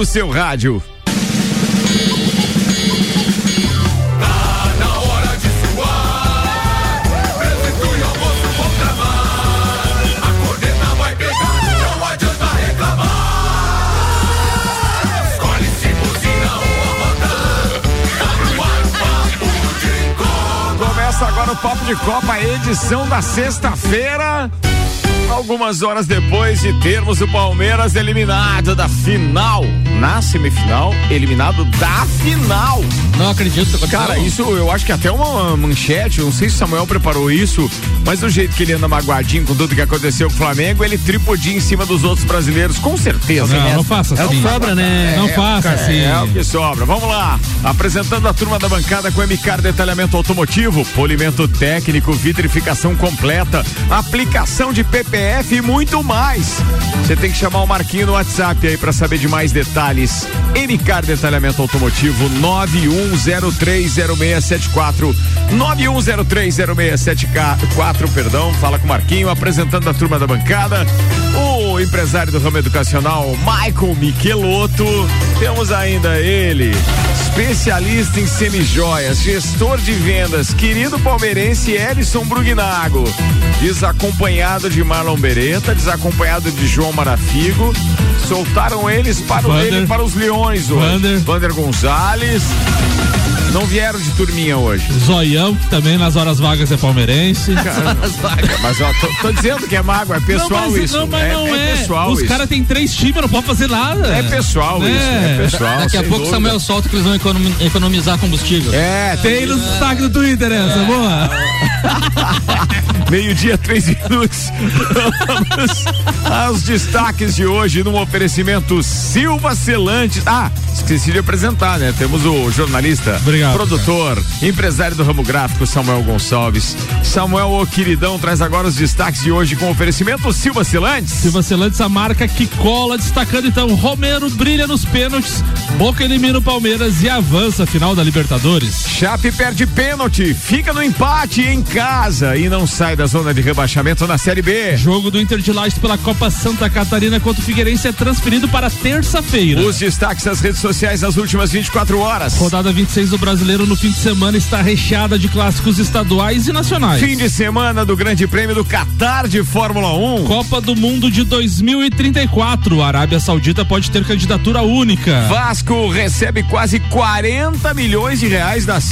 no seu rádio. Agora o Papo de Copa, edição da sexta-feira, algumas horas depois de termos o Palmeiras eliminado da final, na semifinal, eliminado da final. Não acredito. Cara, isso eu acho que até uma manchete, não sei se o Samuel preparou isso, mas do jeito que ele anda magoadinho com tudo que aconteceu com o Flamengo, ele tripudia em cima dos outros brasileiros, com certeza. Não faça assim. É o que sobra, né? Não faça assim. É o que sobra. Vamos lá. Apresentando a turma da bancada com MCAR Detalhamento Automotivo, polimento técnico, vitrificação completa, aplicação de PPF e muito mais. Você tem que chamar o Marquinho no WhatsApp aí pra saber de mais detalhes. MCAR Detalhamento Automotivo 91030674 91030674, perdão, fala com o Marquinho, apresentando a turma da bancada, o empresário do ramo educacional, Michael Michelotto. Temos ainda ele, especialista em semijoias, gestor de vendas, querido palmeirense Elison Brugnago, desacompanhado de Marlon Beretta, desacompanhado de João Marafigo. Soltaram eles para os Leões hoje. Vander Gonzalez. Não vieram de turminha hoje. Zoião, que também nas horas vagas é palmeirense. Cara, mas ó, tô dizendo que é mágoa, é pessoal isso. Não, mas não é. Pessoal. Os caras têm 3 times, não pode fazer nada. É pessoal isso, é pessoal. Daqui a pouco o Samuel solta que eles vão economizar combustível. Tem no destaque do Twitter essa, boa. 12:03. Vamos aos destaques de hoje no oferecimento Silva Celantes. Esqueci de apresentar, né? Temos o jornalista, produtor, empresário do ramo gráfico, Samuel Gonçalves. Samuel, o queridão, traz agora os destaques de hoje com oferecimento Silva Celantes. Silva Celantes, a marca que cola, destacando então, Romero brilha nos pênaltis, Boca elimina o Palmeiras e avança a final da Libertadores. Chape perde pênalti, fica no empate em casa e não sai da zona de rebaixamento na Série B. Jogo do Inter de Lages pela Copa Santa Catarina contra o Figueirense é transferido para terça-feira. Os destaques das redes sociais nas últimas 24 horas. Rodada 26 do Brasileiro no fim de semana está recheada de clássicos estaduais e nacionais. Fim de semana do Grande Prêmio do Catar de Fórmula 1. Copa do Mundo de 2034. A Arábia Saudita pode ter candidatura única. Vasco recebe quase 40 milhões de reais da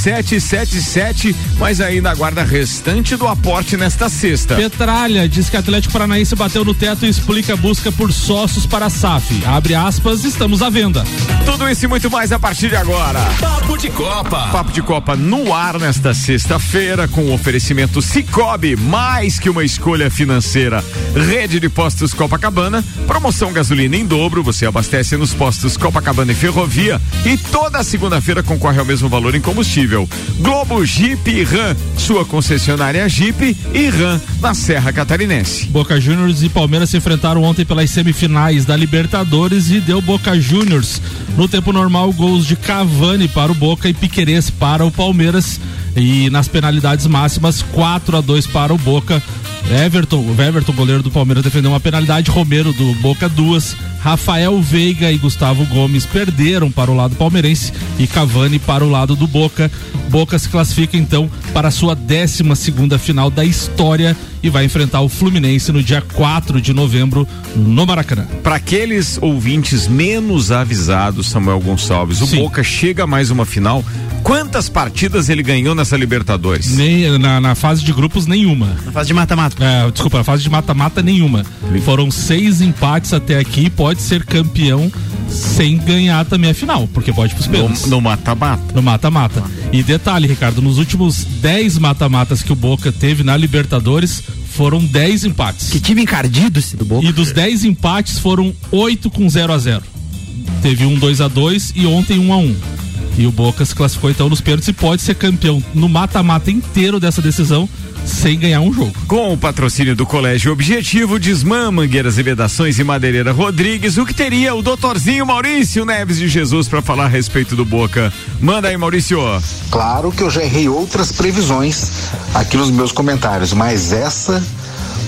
777, mas ainda aguarda restante do aporte nesta sexta. Petralha diz que Atlético Paranaense bateu no teto e explica a busca por sócios para a SAF. Abre aspas, estamos à venda. Tudo isso e muito mais a partir de agora. Papo de Copa. Papo de Copa no ar nesta sexta-feira com o oferecimento Cicobi, mais que uma escolha financeira. Rede de postos Copacabana, promoção gasolina em dobro, você abastece nos postos Copacabana e Ferrovia e toda segunda-feira concorre ao mesmo valor em combustível. Globo Jeep e Ram, sua concessionária Jeep e Ram na Serra Catarinense. Boca Juniors e Palmeiras se enfrentaram ontem pelas semifinais da Libertadores e deu Boca Juniors. No tempo normal, gols de Cavani para o Boca e Piquerez para o Palmeiras. E nas penalidades máximas, 4-2 para o Boca. Everton, goleiro do Palmeiras, defendeu uma penalidade. Romero do Boca 2. Rafael Veiga e Gustavo Gomes perderam para o lado palmeirense e Cavani para o lado do Boca. Boca se classifica então para a sua 12ª final da história e vai enfrentar o Fluminense no dia 4 de novembro no Maracanã. Para aqueles ouvintes menos avisados, Samuel Gonçalves, o Boca chega a mais uma final. Quantas partidas ele ganhou nessa Libertadores? Na fase de grupos, nenhuma. Na fase de mata-mata. Desculpa, na fase de mata-mata, nenhuma. Foram 6 empates até aqui, pode ser campeão sem ganhar também a final, porque pode ir pros pênaltis. No mata-mata. No mata-mata. E detalhe, Ricardo, nos últimos 10 mata-matas que o Boca teve na Libertadores, foram 10 empates. Que time encardido esse do Boca. E dos 10 empates, foram 8 com 0-0. Teve 2-2 e ontem 1-1. E o Boca se classificou então nos pênaltis e pode ser campeão no mata-mata inteiro dessa decisão sem ganhar um jogo. Com o patrocínio do Colégio Objetivo, Desmã, Mangueiras e Vedações e Madeireira Rodrigues, o que teria o doutorzinho Maurício Neves de Jesus para falar a respeito do Boca? Manda aí, Maurício. Claro que eu já errei outras previsões aqui nos meus comentários, mas essa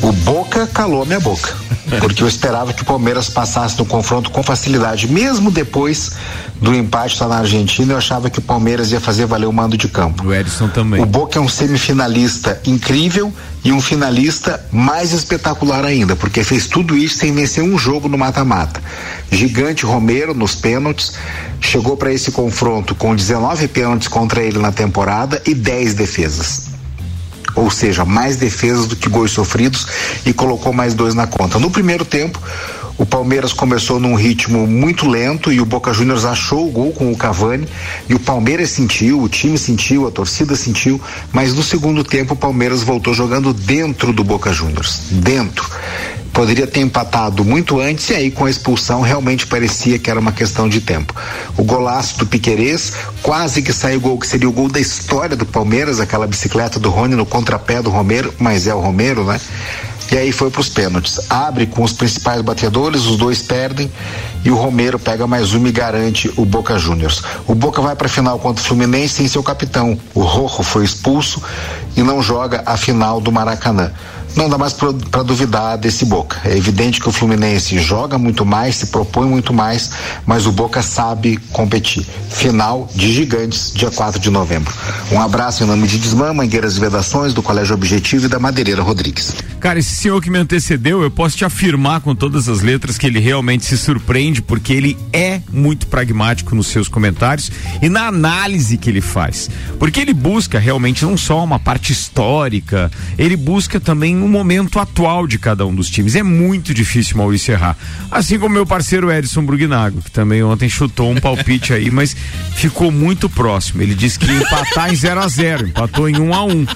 O Boca calou a minha boca, porque eu esperava que o Palmeiras passasse no confronto com facilidade, mesmo depois do empate lá na Argentina. Eu achava que o Palmeiras ia fazer valer o mando de campo. O Edson também. O Boca é um semifinalista incrível e um finalista mais espetacular ainda, porque fez tudo isso sem vencer um jogo no mata-mata. Gigante Romero nos pênaltis, chegou para esse confronto com 19 pênaltis contra ele na temporada e 10 defesas. Ou seja, mais defesas do que gols sofridos, e colocou mais 2 na conta. No primeiro tempo, o Palmeiras começou num ritmo muito lento e o Boca Juniors achou o gol com o Cavani, e o Palmeiras sentiu, o time sentiu, a torcida sentiu, mas no segundo tempo o Palmeiras voltou jogando dentro do Boca Juniors, dentro. Poderia ter empatado muito antes, e aí com a expulsão realmente parecia que era uma questão de tempo. O golaço do Piquerez, quase que saiu o gol que seria o gol da história do Palmeiras, aquela bicicleta do Rony no contrapé do Romero, mas é o Romero, né? E aí foi para os pênaltis. Abre com os principais batedores, os 2 perdem e o Romero pega mais uma e garante o Boca Juniors. O Boca vai para a final contra o Fluminense sem seu capitão. O Rojo foi expulso e não joga a final do Maracanã. Não dá mais para duvidar desse Boca. É evidente que o Fluminense joga muito mais, se propõe muito mais, mas o Boca sabe competir. Final de Gigantes, dia 4 de novembro. Um abraço em nome de Desmã, Mangueiras e Vedações, do Colégio Objetivo e da Madeireira Rodrigues. Cara, esse senhor que me antecedeu, eu posso te afirmar com todas as letras que ele realmente se surpreende, porque ele é muito pragmático nos seus comentários e na análise que ele faz. Porque ele busca realmente não só uma parte histórica, ele busca também o momento atual de cada um dos times. É muito difícil, Maurício, errar. Assim como meu parceiro Edson Brugnago, que também ontem chutou um palpite aí, mas ficou muito próximo. Ele disse que ia empatar em 0-0, empatou em 1-1.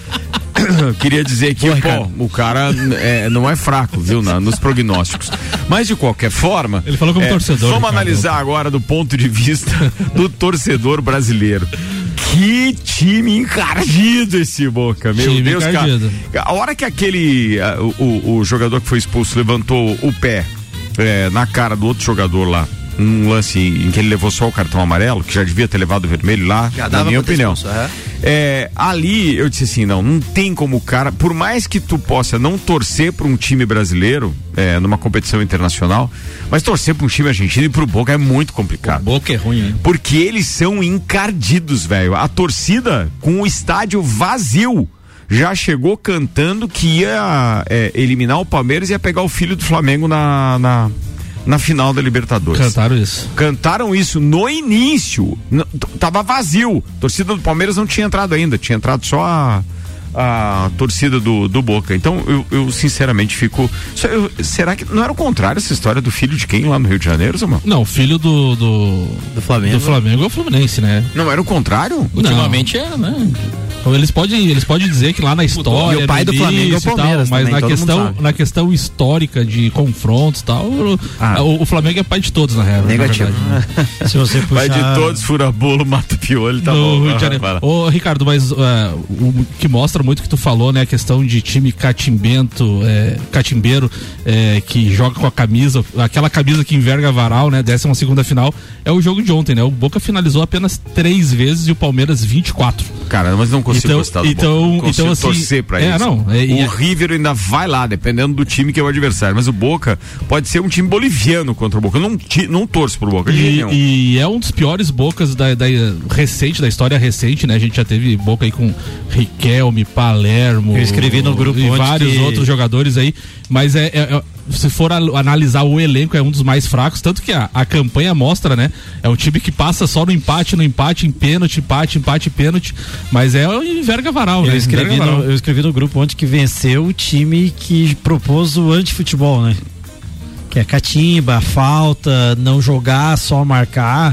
Queria dizer que, o cara não é fraco, viu, nos prognósticos. Mas de qualquer forma, ele falou como torcedor. Vamos analisar agora do ponto de vista do torcedor brasileiro. Que time encardido esse Boca, meu time Deus, encardido. Cara. A hora que o jogador que foi expulso levantou o pé na cara do outro jogador lá, um lance em que ele levou só o cartão amarelo, que já devia ter levado o vermelho lá, na minha opinião. Ali eu disse assim, não tem como o cara, por mais que tu possa não torcer para um time brasileiro numa competição internacional, mas torcer para um time argentino e pro Boca é muito complicado. O Boca é ruim, hein? Porque eles são encardidos, velho. A torcida com o estádio vazio já chegou cantando que ia eliminar o Palmeiras e ia pegar o filho do Flamengo na final da Libertadores. Cantaram isso no início. Tava vazio. A torcida do Palmeiras não tinha entrado ainda. Tinha entrado só a torcida do Boca. Então eu sinceramente fico. Será que não era o contrário essa história do filho de quem lá no Rio de Janeiro, Samuel? Não, o filho do Flamengo. Do Flamengo é o Fluminense, né? Não era o contrário? Ultimamente né? Eles podem dizer que lá na história. E o pai do Flamengo é o Palmeiras, mas também, na questão histórica de confrontos e tal, o Flamengo é pai de todos, na real. Negativo. Se você puxar... Pai de todos, fura bolo, mata o piolho, tá bom. Ô, Ricardo, mas o que mostra muito que tu falou, né? A questão de time catimbeiro, que joga com aquela camisa que enverga varal, né? 12ª final, é o jogo de ontem, né? O Boca finalizou apenas 3 vezes e o Palmeiras 24. Cara, mas não consigo gostar do Boca. Não consigo torcer pra isso. O River ainda vai lá, dependendo do time que é o adversário. Mas o Boca pode ser um time boliviano contra o Boca. Eu não torço pro Boca. E é um dos piores Bocas da história recente, né? A gente já teve Boca aí com Riquelme, Palermo. Eu escrevi no grupo e vários outros jogadores aí. Mas se for analisar o elenco, é um dos mais fracos, tanto que a campanha mostra, né? É um time que passa só no empate, em pênalti, empate, pênalti, mas o enverga varal, né? Eu escrevi no grupo ontem que venceu o time que propôs o antifutebol, né? Que é catimba, falta, não jogar, só marcar.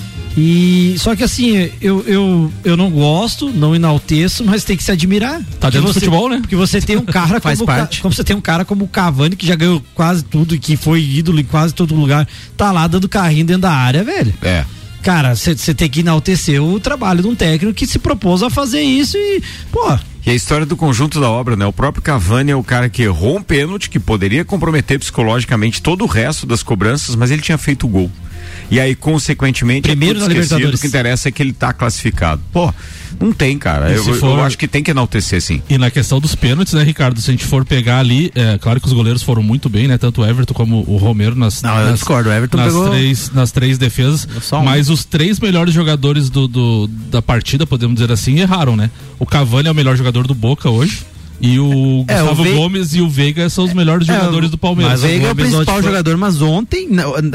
E só que assim, eu não gosto, não enalteço, mas tem que se admirar. Tá dentro do futebol, né? Porque você tem um cara como você tem um cara como o Cavani, que já ganhou quase tudo e que foi ídolo em quase todo lugar, tá lá dando carrinho dentro da área, velho. Cara, você tem que enaltecer o trabalho de um técnico que se propôs a fazer isso e, E a história do conjunto da obra, né? O próprio Cavani é o cara que errou um pênalti que poderia comprometer psicologicamente todo o resto das cobranças, mas ele tinha feito o gol. E aí, consequentemente, primeiro na Libertadores. O que interessa é que ele tá classificado. Não tem, cara. Eu acho que tem que enaltecer, sim. E na questão dos pênaltis, né, Ricardo? Se a gente for pegar ali, claro que os goleiros foram muito bem, né? Tanto o Everton como o Romero eu discordo. O Everton nas três defesas. Mas os 3 melhores jogadores da partida, podemos dizer assim, erraram, né? O Cavani é o melhor jogador do Boca hoje. E o Gustavo Gomes e o Veiga são os melhores jogadores do Palmeiras. Mas o Veiga é o principal jogador, mas ontem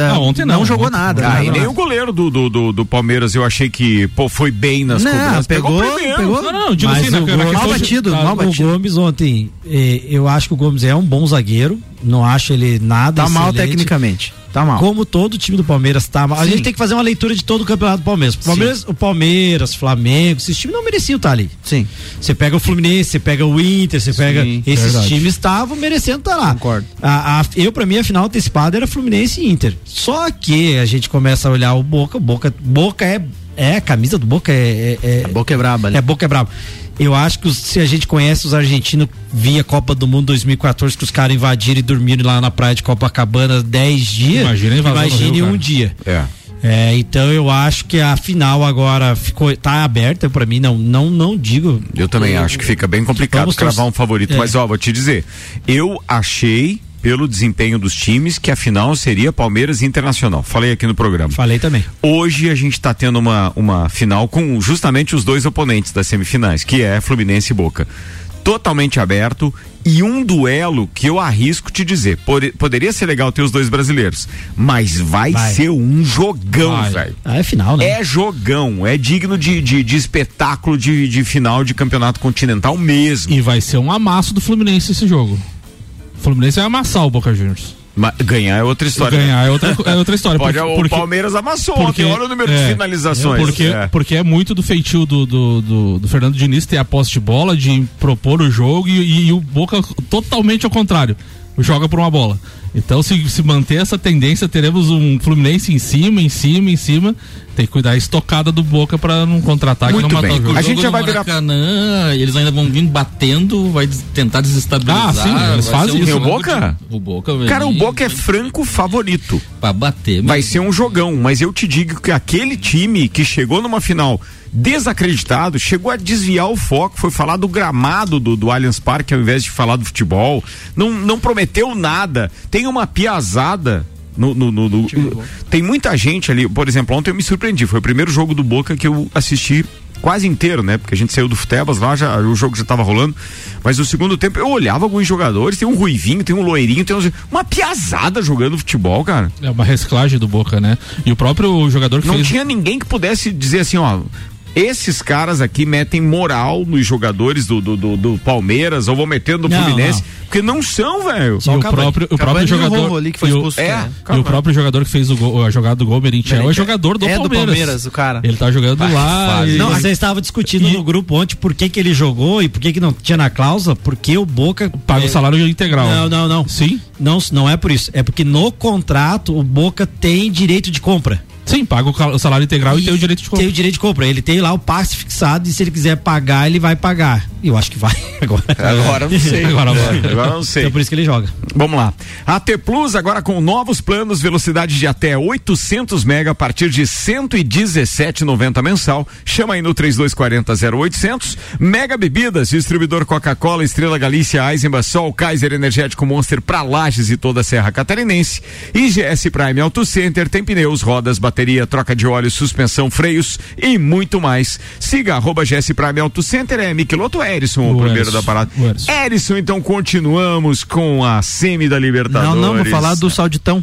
não jogou nada. E nem o goleiro do Palmeiras, eu achei que foi bem nas cobranças. Pegou. Não, digo assim, mal batido. O Gomes ontem, eu acho que o Gomes é um bom zagueiro, não acho ele nada excelente. Mal tecnicamente. Tá mal. Como todo time do Palmeiras tá mal. A gente tem que fazer uma leitura de todo o campeonato do Palmeiras. O Palmeiras, Flamengo, esses times não mereciam estar ali. Sim. Você pega o Fluminense, você pega o Inter, você pega. Esses times estavam merecendo estar lá. Concordo. Pra mim, a final antecipada era Fluminense e Inter. Só que a gente começa a olhar o Boca. Boca é a camisa do Boca A Boca é braba, né? Boca é braba. Eu acho que se a gente conhece os argentinos via Copa do Mundo 2014, que os caras invadiram e dormiram lá na praia de Copacabana 10 dias, imagine um dia. Então eu acho que a final agora tá aberta pra mim, não digo. Eu também acho que fica bem complicado cravar um favorito, mas vou te dizer, eu achei pelo desempenho dos times que a final seria Palmeiras e Internacional. Falei aqui no programa. Falei também. Hoje a gente tá tendo uma final com justamente os 2 oponentes das semifinais, que é Fluminense e Boca. Totalmente aberto e um duelo que eu arrisco te dizer, poderia ser legal ter os 2 brasileiros, mas vai ser um jogão, velho. É final, né? É jogão, é digno de espetáculo de final de campeonato continental mesmo. E vai ser um amasso do Fluminense esse jogo. O Fluminense vai amassar o Boca Juniors. Mas ganhar é outra história. Ganhar é outra história. O Palmeiras amassou ontem, olha o número de finalizações. Porque é muito do feitio do Fernando Diniz ter a posse de bola, de propor o jogo e o Boca totalmente ao contrário. Joga por uma bola. Então, se manter essa tendência, teremos um Fluminense em cima. Tem que cuidar a estocada do Boca pra não contra-ataque e não matar o jogo. A gente já vai virar Maracanã, eles ainda vão vir batendo, vai tentar desestabilizar. Sim, eles fazem isso. O Boca? O Boca, cara, o Boca é franco favorito. Pra bater. Vai ser um jogão, mas eu te digo que aquele time que chegou numa final desacreditado, chegou a desviar o foco, foi falar do gramado do Allianz Parque ao invés de falar do futebol, não prometeu nada, tem uma piazada tem muita gente ali, por exemplo, ontem eu me surpreendi, foi o primeiro jogo do Boca que eu assisti quase inteiro, né? Porque a gente saiu do Futebas lá, o jogo já tava rolando, mas no segundo tempo eu olhava alguns jogadores, tem um ruivinho, tem um loirinho, tem uma piazada jogando futebol, cara. É uma reciclagem do Boca, né? E o próprio jogador que não tinha ninguém que pudesse dizer assim, ó, esses caras aqui metem moral nos jogadores do Palmeiras ou vão metendo no Fluminense, porque não são, velho. E o próprio jogador ali que foi expulso, e o próprio jogador que fez a jogada do gol, Merentiel, é jogador do Palmeiras. Do Palmeiras, o cara. Ele tá jogando lá. Não, você estava discutindo no grupo ontem por que ele jogou e por que não tinha na cláusula, porque o Boca paga o salário integral. Não. Sim? Não é por isso. É porque no contrato o Boca tem direito de compra. Sim, paga o salário integral e tem o direito de compra. Tem o direito de compra. Ele tem lá o passe fixado e se ele quiser pagar, ele vai pagar. E eu acho que vai agora. Agora não sei. Agora não sei. Então por isso que ele joga. Vamos lá. A T Plus agora com novos planos, velocidade de até 800 mega a partir de 117,90 mensal. Chama aí no 3240-0800. Mega Bebidas, distribuidor Coca-Cola, Estrela Galícia, Eisenbach, Sol, Kaiser Energético Monster pra Lages e toda a Serra Catarinense. IGS Prime Auto Center tem pneus, rodas, bateria, troca de óleo, suspensão, freios e muito mais. Siga @GS Prime Auto Center, Miqueloto Erison, o primeiro da parada. Erison, então continuamos com a semi da Libertadores. Não, vou falar do Sauditão.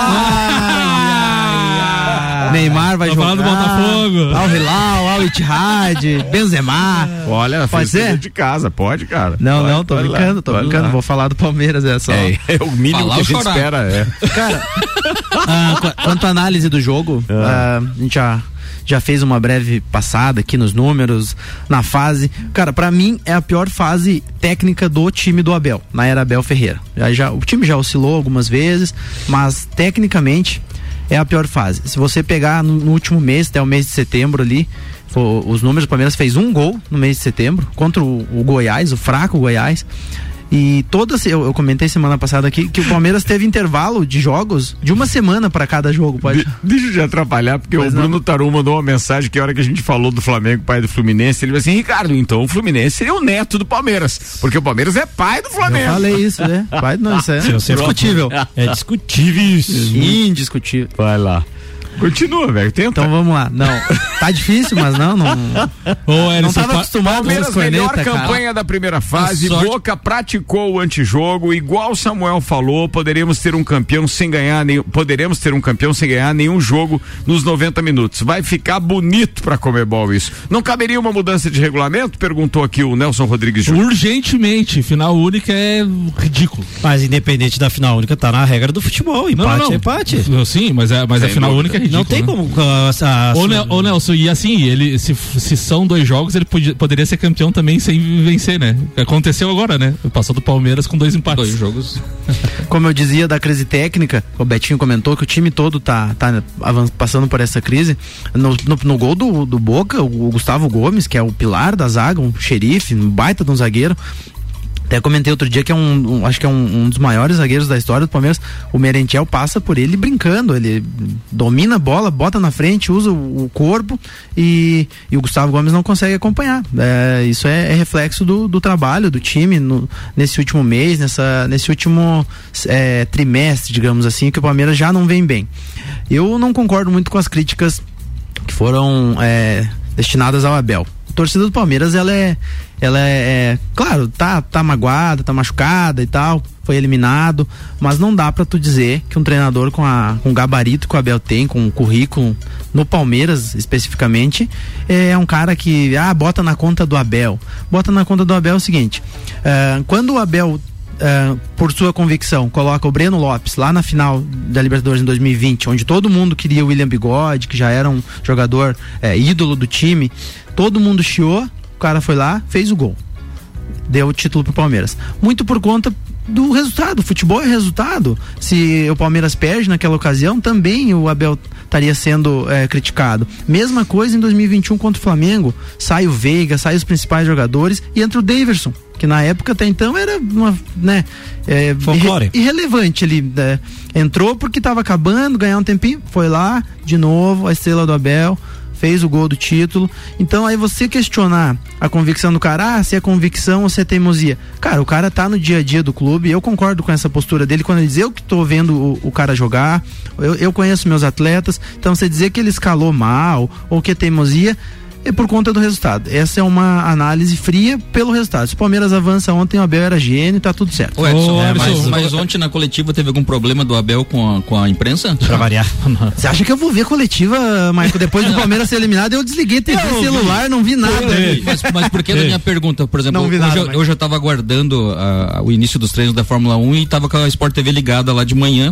Neymar vai jogar. Do Botafogo. Al Hilal, Al Ittihad, Benzema. Olha, pode ser de casa, pode, cara. Não, tô brincando, vou falar do Palmeiras, é só. É o mínimo que a gente espera, Cara, quanto à análise do jogo, a gente já fez uma breve passada aqui nos números, na fase. Cara, pra mim é a pior fase técnica do time do Abel, na era Abel Ferreira. O time já oscilou algumas vezes, mas tecnicamente é a pior fase. Se você pegar no último mês, até o mês de setembro ali, os números, o Palmeiras fez um gol no mês de setembro contra o Goiás, o fraco Goiás. E eu comentei semana passada aqui que o Palmeiras teve intervalo de jogos de uma semana para cada jogo. Deixa eu te atrapalhar, porque o Bruno Tarum mandou uma mensagem que a hora que a gente falou do Flamengo, pai do Fluminense, ele falou assim: Ricardo, então o Fluminense seria o neto do Palmeiras, porque o Palmeiras é pai do Flamengo. Eu falei isso, né? Pai, não, isso é discutível. É discutível isso. Indiscutível. Vai lá. Continua, velho. Tenta. Então vamos lá. Não, tá difícil, mas não. Não tava acostumado com essas melhor cornetas, campanha da primeira fase. Boca praticou o antijogo. Igual o Samuel falou, poderemos ter um campeão sem ganhar nenhum jogo nos 90 minutos. Vai ficar bonito pra Conmebol isso. Não caberia uma mudança de regulamento? Perguntou aqui o Nelson Rodrigues Júnior. Urgentemente. Final única é ridículo. Mas independente da final única, tá na regra do futebol. Empate é empate. Sim, mas a final única é ridículo. Não tem como. Ô Nelson, e assim, ele se são 2 jogos, ele poderia ser campeão também sem vencer, né? Aconteceu agora, né? Passou do Palmeiras com 2 empates. 2 jogos. Como eu dizia da crise técnica, o Betinho comentou que o time todo tá passando por essa crise. No gol do Boca, o Gustavo Gomes, que é o pilar da zaga, um xerife, um baita de um zagueiro. Até comentei outro dia que acho que é um dos maiores zagueiros da história do Palmeiras. O Merentiel passa por ele brincando, ele domina a bola, bota na frente, usa o corpo e o Gustavo Gomes não consegue acompanhar. Isso é reflexo do trabalho do time nesse último mês, nesse último trimestre, digamos assim, que o Palmeiras já não vem bem. Eu não concordo muito com as críticas que foram destinadas ao Abel. A torcida do Palmeiras, ela é claro, tá magoada, tá machucada e tal, foi eliminado, mas não dá pra tu dizer que um treinador com o gabarito que o Abel tem, com o currículo no Palmeiras especificamente, é um cara que bota na conta do Abel. Bota na conta do Abel o seguinte: quando o Abel por sua convicção coloca o Breno Lopes lá na final da Libertadores em 2020, onde todo mundo queria o William Bigode, que já era um jogador ídolo do time, todo mundo chiou, o cara foi lá, fez o gol, deu o título pro Palmeiras, muito por conta do resultado. O futebol é resultado. Se o Palmeiras perde naquela ocasião, também o Abel estaria sendo criticado. Mesma coisa em 2021 contra o Flamengo, sai o Veiga, sai os principais jogadores e entra o Daverson, que na época até então era irrelevante. Ele entrou porque estava acabando, ganhar um tempinho, foi lá de novo, a estrela do Abel, fez o gol do título. Então aí você questionar a convicção do cara, se é convicção ou se é teimosia. Cara, o cara tá no dia a dia do clube, eu concordo com essa postura dele quando ele diz: eu que tô vendo o cara jogar, eu conheço meus atletas. Então você dizer que ele escalou mal ou que é teimosia é por conta do resultado. Essa é uma análise fria pelo resultado. Se o Palmeiras avança ontem, o Abel era gênio, tá tudo certo. Mas ontem na coletiva teve algum problema do Abel com a imprensa? Pra variar. Você acha que eu vou ver coletiva, Marco, depois do Palmeiras ser eliminado? Eu desliguei TV celular, não vi nada. Mas por que da minha pergunta? Por exemplo, hoje eu tava aguardando o início dos treinos da Fórmula 1 e tava com a Sport TV ligada lá de manhã.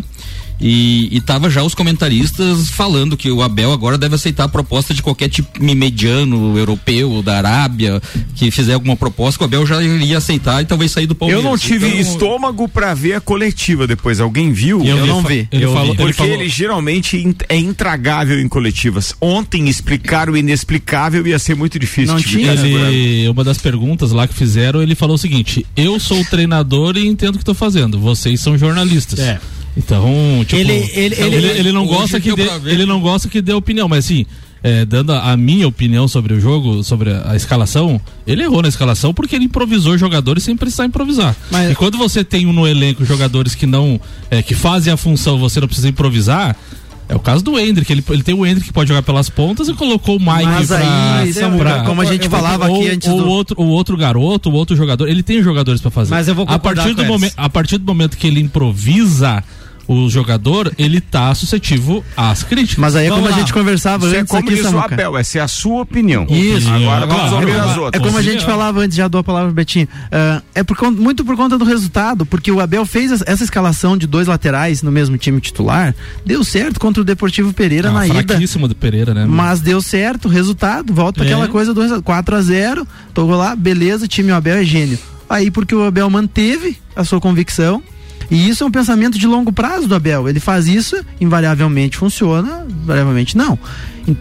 E tava já os comentaristas falando que o Abel agora deve aceitar a proposta de qualquer time mediano, europeu, da Arábia, que fizer alguma proposta, que o Abel já iria aceitar e talvez sair do Palmeiras. Eu não tive estômago pra ver a coletiva depois. Alguém viu? Eu não vi. Porque ele geralmente é intragável em coletivas. Ontem explicar o inexplicável ia ser muito difícil. Não tinha. Uma das perguntas lá que fizeram, ele falou o seguinte: eu sou o treinador e entendo o que tô fazendo, vocês são jornalistas. Então, tipo, ele não gosta que dê opinião, mas assim, dando a minha opinião sobre o jogo, sobre a escalação, ele errou na escalação porque ele improvisou jogadores sem precisar improvisar. E quando você tem no elenco jogadores que não que fazem a função, você não precisa improvisar. É o caso do Endrick, ele tem o Endrick que pode jogar pelas pontas e colocou o Mike como a gente falava aqui antes o outro garoto, o outro jogador, ele tem jogadores pra fazer. Mas eu vou concordar a partir do momento que ele improvisa o jogador, ele tá suscetível às críticas. Mas aí como a gente conversava antes como aqui, diz o Abel, essa é a sua opinião. Isso. Agora vamos ouvir as outras. É como a gente falava antes, já dou a palavra pro Betinho. Muito por conta do resultado, porque o Abel fez essa escalação de 2 laterais no mesmo time titular, deu certo contra o Deportivo Pereira na ida. Fraquíssimo do Pereira, né? Mas deu certo, resultado, volta aquela coisa do 4-0, tocou lá, beleza, time o Abel é gênio. Aí porque o Abel manteve a sua convicção. E isso é um pensamento de longo prazo do Abel. Ele faz isso, invariavelmente funciona, invariavelmente não. Então,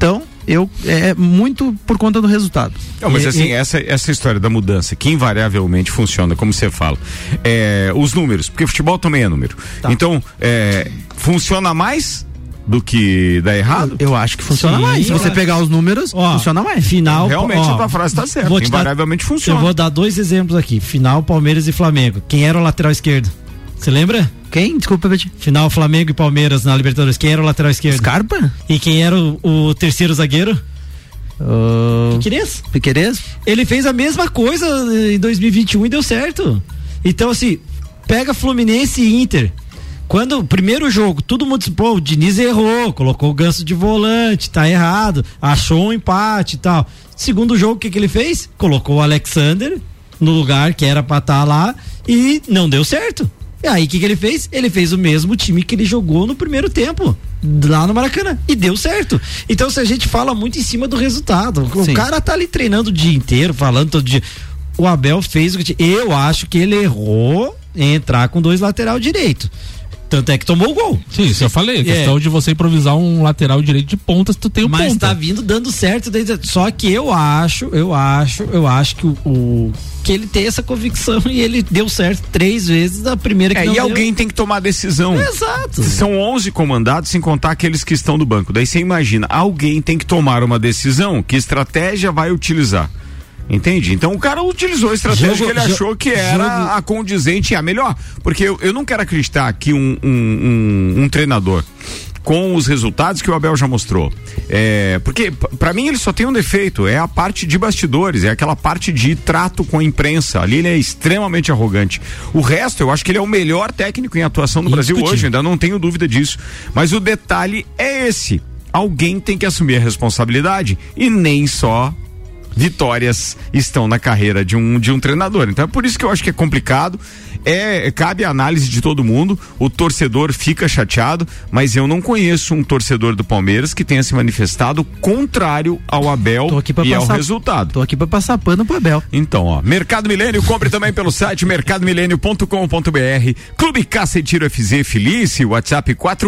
É muito por conta do resultado. Não, mas assim, essa história da mudança, que invariavelmente funciona, como você fala, os números, porque futebol também é número. Tá. Então, funciona mais do que dá errado? Eu acho que funciona mais. Se você pegar os números, funciona mais. Final, realmente a tua frase tá certa. Invariavelmente funciona. Eu vou dar 2 exemplos aqui. Final, Palmeiras e Flamengo. Quem era o lateral esquerdo? Você lembra? Quem? Desculpa, Betinho. Final, Flamengo e Palmeiras na Libertadores. Quem era o lateral esquerdo? Scarpa? E quem era o terceiro zagueiro? Piquerez? Ele fez a mesma coisa em 2021 e deu certo. Então, assim, pega Fluminense e Inter. Quando o primeiro jogo, todo mundo disse, o Diniz errou, colocou o Ganso de volante, tá errado, achou um empate e tal. Segundo jogo, o que ele fez? Colocou o Alexander no lugar que era pra estar lá e não deu certo. E aí, o que ele fez? Ele fez o mesmo time que ele jogou no primeiro tempo, lá no Maracanã, e deu certo. Então, se a gente fala muito em cima do resultado, o cara tá ali treinando o dia inteiro, falando todo dia. O Abel fez o que eu acho que ele errou em entrar com 2 lateral direito. Tanto é que tomou o gol. Sim, isso eu falei. A questão de você improvisar um lateral direito de ponta, tu tem o ponta. Mas tá vindo dando certo. Só que eu acho que ele tem essa convicção e ele deu certo 3 vezes da primeira que não e deu. Alguém tem que tomar a decisão. Exato. São 11 comandados, sem contar aqueles que estão do banco. Daí você imagina, alguém tem que tomar uma decisão. Que estratégia vai utilizar? Entende? Então o cara utilizou a estratégia que ele achou que era a condizente e a melhor. Porque eu não quero acreditar que um treinador com os resultados que o Abel já mostrou. Porque pra mim ele só tem um defeito, é a parte de bastidores, é aquela parte de trato com a imprensa. Ali ele é extremamente arrogante. O resto, eu acho que ele é o melhor técnico em atuação no Brasil hoje, ainda não tenho dúvida disso. Mas o detalhe é esse: alguém tem que assumir a responsabilidade e nem só vitórias estão na carreira de um treinador. Então é por isso que eu acho que é complicado. Cabe a análise de todo mundo. O torcedor fica chateado, mas eu não conheço um torcedor do Palmeiras que tenha se manifestado contrário ao Abel ao resultado. Tô aqui pra passar pano pro Abel. Então, Mercado Milênio, compre também pelo site mercadomilênio.com.br. Clube Caça e Tiro FZ Felice, WhatsApp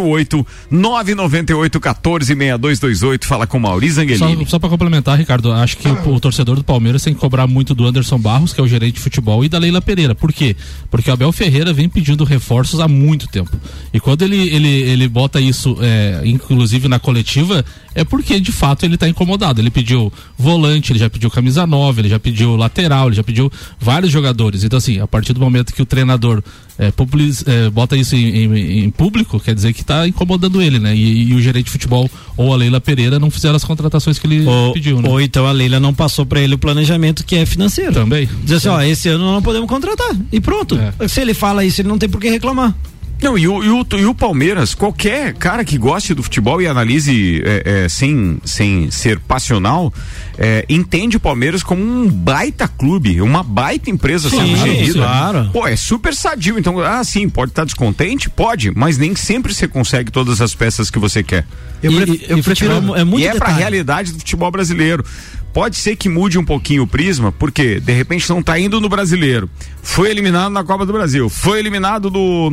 48998146228. Fala com Mauri Zangelini. Só pra complementar, Ricardo, acho que o torcedor do Palmeiras tem que cobrar muito do Anderson Barros, que é o gerente de futebol, e da Leila Pereira. Por quê? Porque o Abel Ferreira vem pedindo reforços há muito tempo. E quando ele bota isso, inclusive na coletiva, é porque de fato ele está incomodado. Ele pediu volante, ele já pediu camisa 9, ele já pediu lateral, ele já pediu vários jogadores. Então, assim, a partir do momento que o treinador bota isso em público, quer dizer que está incomodando ele, né? E o gerente de futebol ou a Leila Pereira não fizeram as contratações que ele pediu, né? Ou então a Leila não passou para ele o planejamento que é financeiro. Também. Diz assim, esse ano não podemos contratar. E pronto. Se ele fala isso, ele não tem por que reclamar. Não, e o Palmeiras, qualquer cara que goste do futebol e analise sem ser passional, entende o Palmeiras como um baita clube, uma baita empresa sendo gerida. Claro. Pô, é super sadio. Então, sim, pode estar descontente? Pode, mas nem sempre você consegue todas as peças que você quer. Eu prefiro. É pra realidade do futebol brasileiro. Pode ser que mude um pouquinho o prisma, porque de repente não tá indo no Brasileiro, foi eliminado na Copa do Brasil, foi eliminado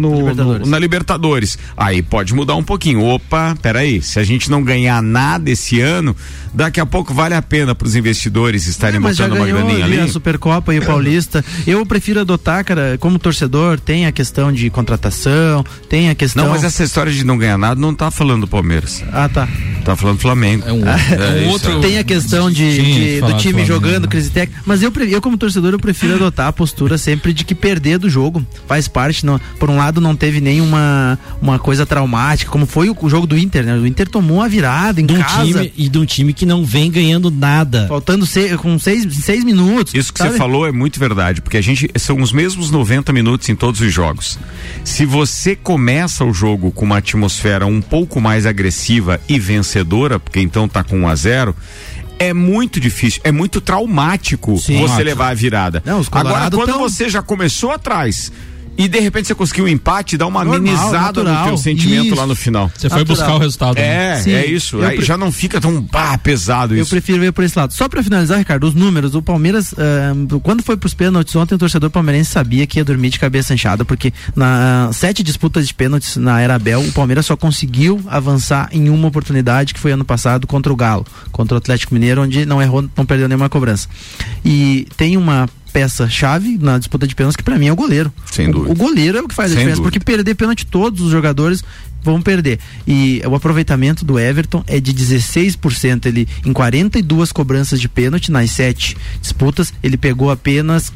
na Libertadores. Aí pode mudar um pouquinho. Opa, peraí, se a gente não ganhar nada esse ano, daqui a pouco vale a pena pros investidores estarem botando uma graninha ali. A Supercopa e o Paulista. Eu prefiro adotar, cara, como torcedor, tem a questão de contratação, tem a questão... Não, mas essa história de não ganhar nada não tá falando do Palmeiras. Ah, tá. Tá falando do Flamengo. Outro. Tem a questão do time jogando, crise técnica. Mas eu como torcedor, eu prefiro adotar a postura sempre de que perder do jogo faz parte. Não, por um lado, não teve nenhuma coisa traumática, como foi o jogo do Inter, né? O Inter tomou uma virada em casa. De um time que não vem ganhando nada. Faltando com 6 minutos. Isso que você falou é muito verdade, porque são os mesmos 90 minutos em todos os jogos. Se você começa o jogo com uma atmosfera um pouco mais agressiva e vencedora, porque então tá com 1-0, é muito difícil, é muito traumático você levar a virada. Agora, quando você já começou atrás e de repente você conseguiu um empate, dá uma amenizada no teu sentimento lá no final. Você foi buscar o resultado. É isso. Aí já não fica tão pesado isso. Eu prefiro ver por esse lado. Só pra finalizar, Ricardo, os números, o Palmeiras, quando foi pros pênaltis ontem, o torcedor palmeirense sabia que ia dormir de cabeça inchada, porque na 7 disputas de pênaltis na Era Abel, o Palmeiras só conseguiu avançar em uma oportunidade, que foi ano passado contra o Galo, contra o Atlético Mineiro, onde não errou, não perdeu nenhuma cobrança. E tem uma peça-chave na disputa de pênaltis que pra mim é o goleiro. Sem dúvida. O goleiro é o que faz a diferença, porque perder pênalti todos os jogadores vão perder. E o aproveitamento do Everton é de 16%. Ele, em 42 cobranças de pênalti, nas 7 disputas, ele pegou apenas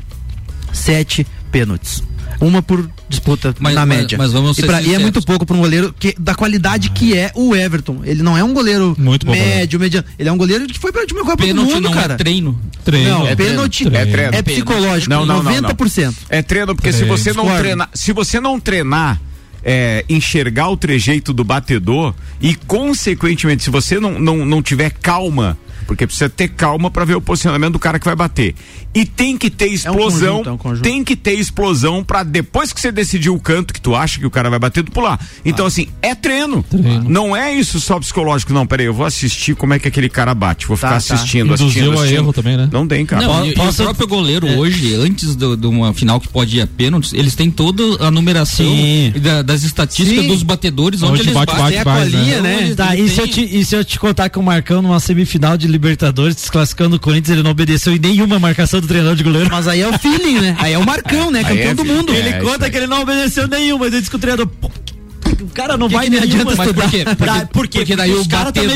7 pênaltis. Uma por disputa na média. Mas vamos ser e é muito pouco para um goleiro da qualidade que é o Everton. Ele não é um goleiro médio, mediano. Ele é um goleiro que foi para a última Copa do Mundo, não cara. É treino. Não, pênalti é psicológico. Não. 90%. É treino, porque se você não treinar enxergar o trejeito do batedor e, consequentemente, se você não tiver calma, porque precisa ter calma para ver o posicionamento do cara que vai bater. E tem que ter explosão, tem que ter explosão para depois que você decidir o canto que tu acha que o cara vai bater, tu pular. Então, assim, é treino. Não é isso só psicológico, não. Peraí, eu vou assistir como é que aquele cara bate. Vou ficar assistindo. A erro também, né? Não tem, cara. E o próprio goleiro hoje, antes de uma final que pode ir a pênaltis, eles têm toda a numeração das estatísticas dos batedores, onde eles batem a colinha, né? E se eu te contar que o Marcão, numa semifinal de Libertadores, desclassificando o Corinthians, ele não obedeceu em nenhuma marcação do treinador de goleiro. Mas aí é o feeling, né? Aí é o Marcão, né? Campeão do mundo. Ele conta que ele não obedeceu nenhuma, mas ele disse que o treinador... O cara não vai nem adianta estudar. Porque daí o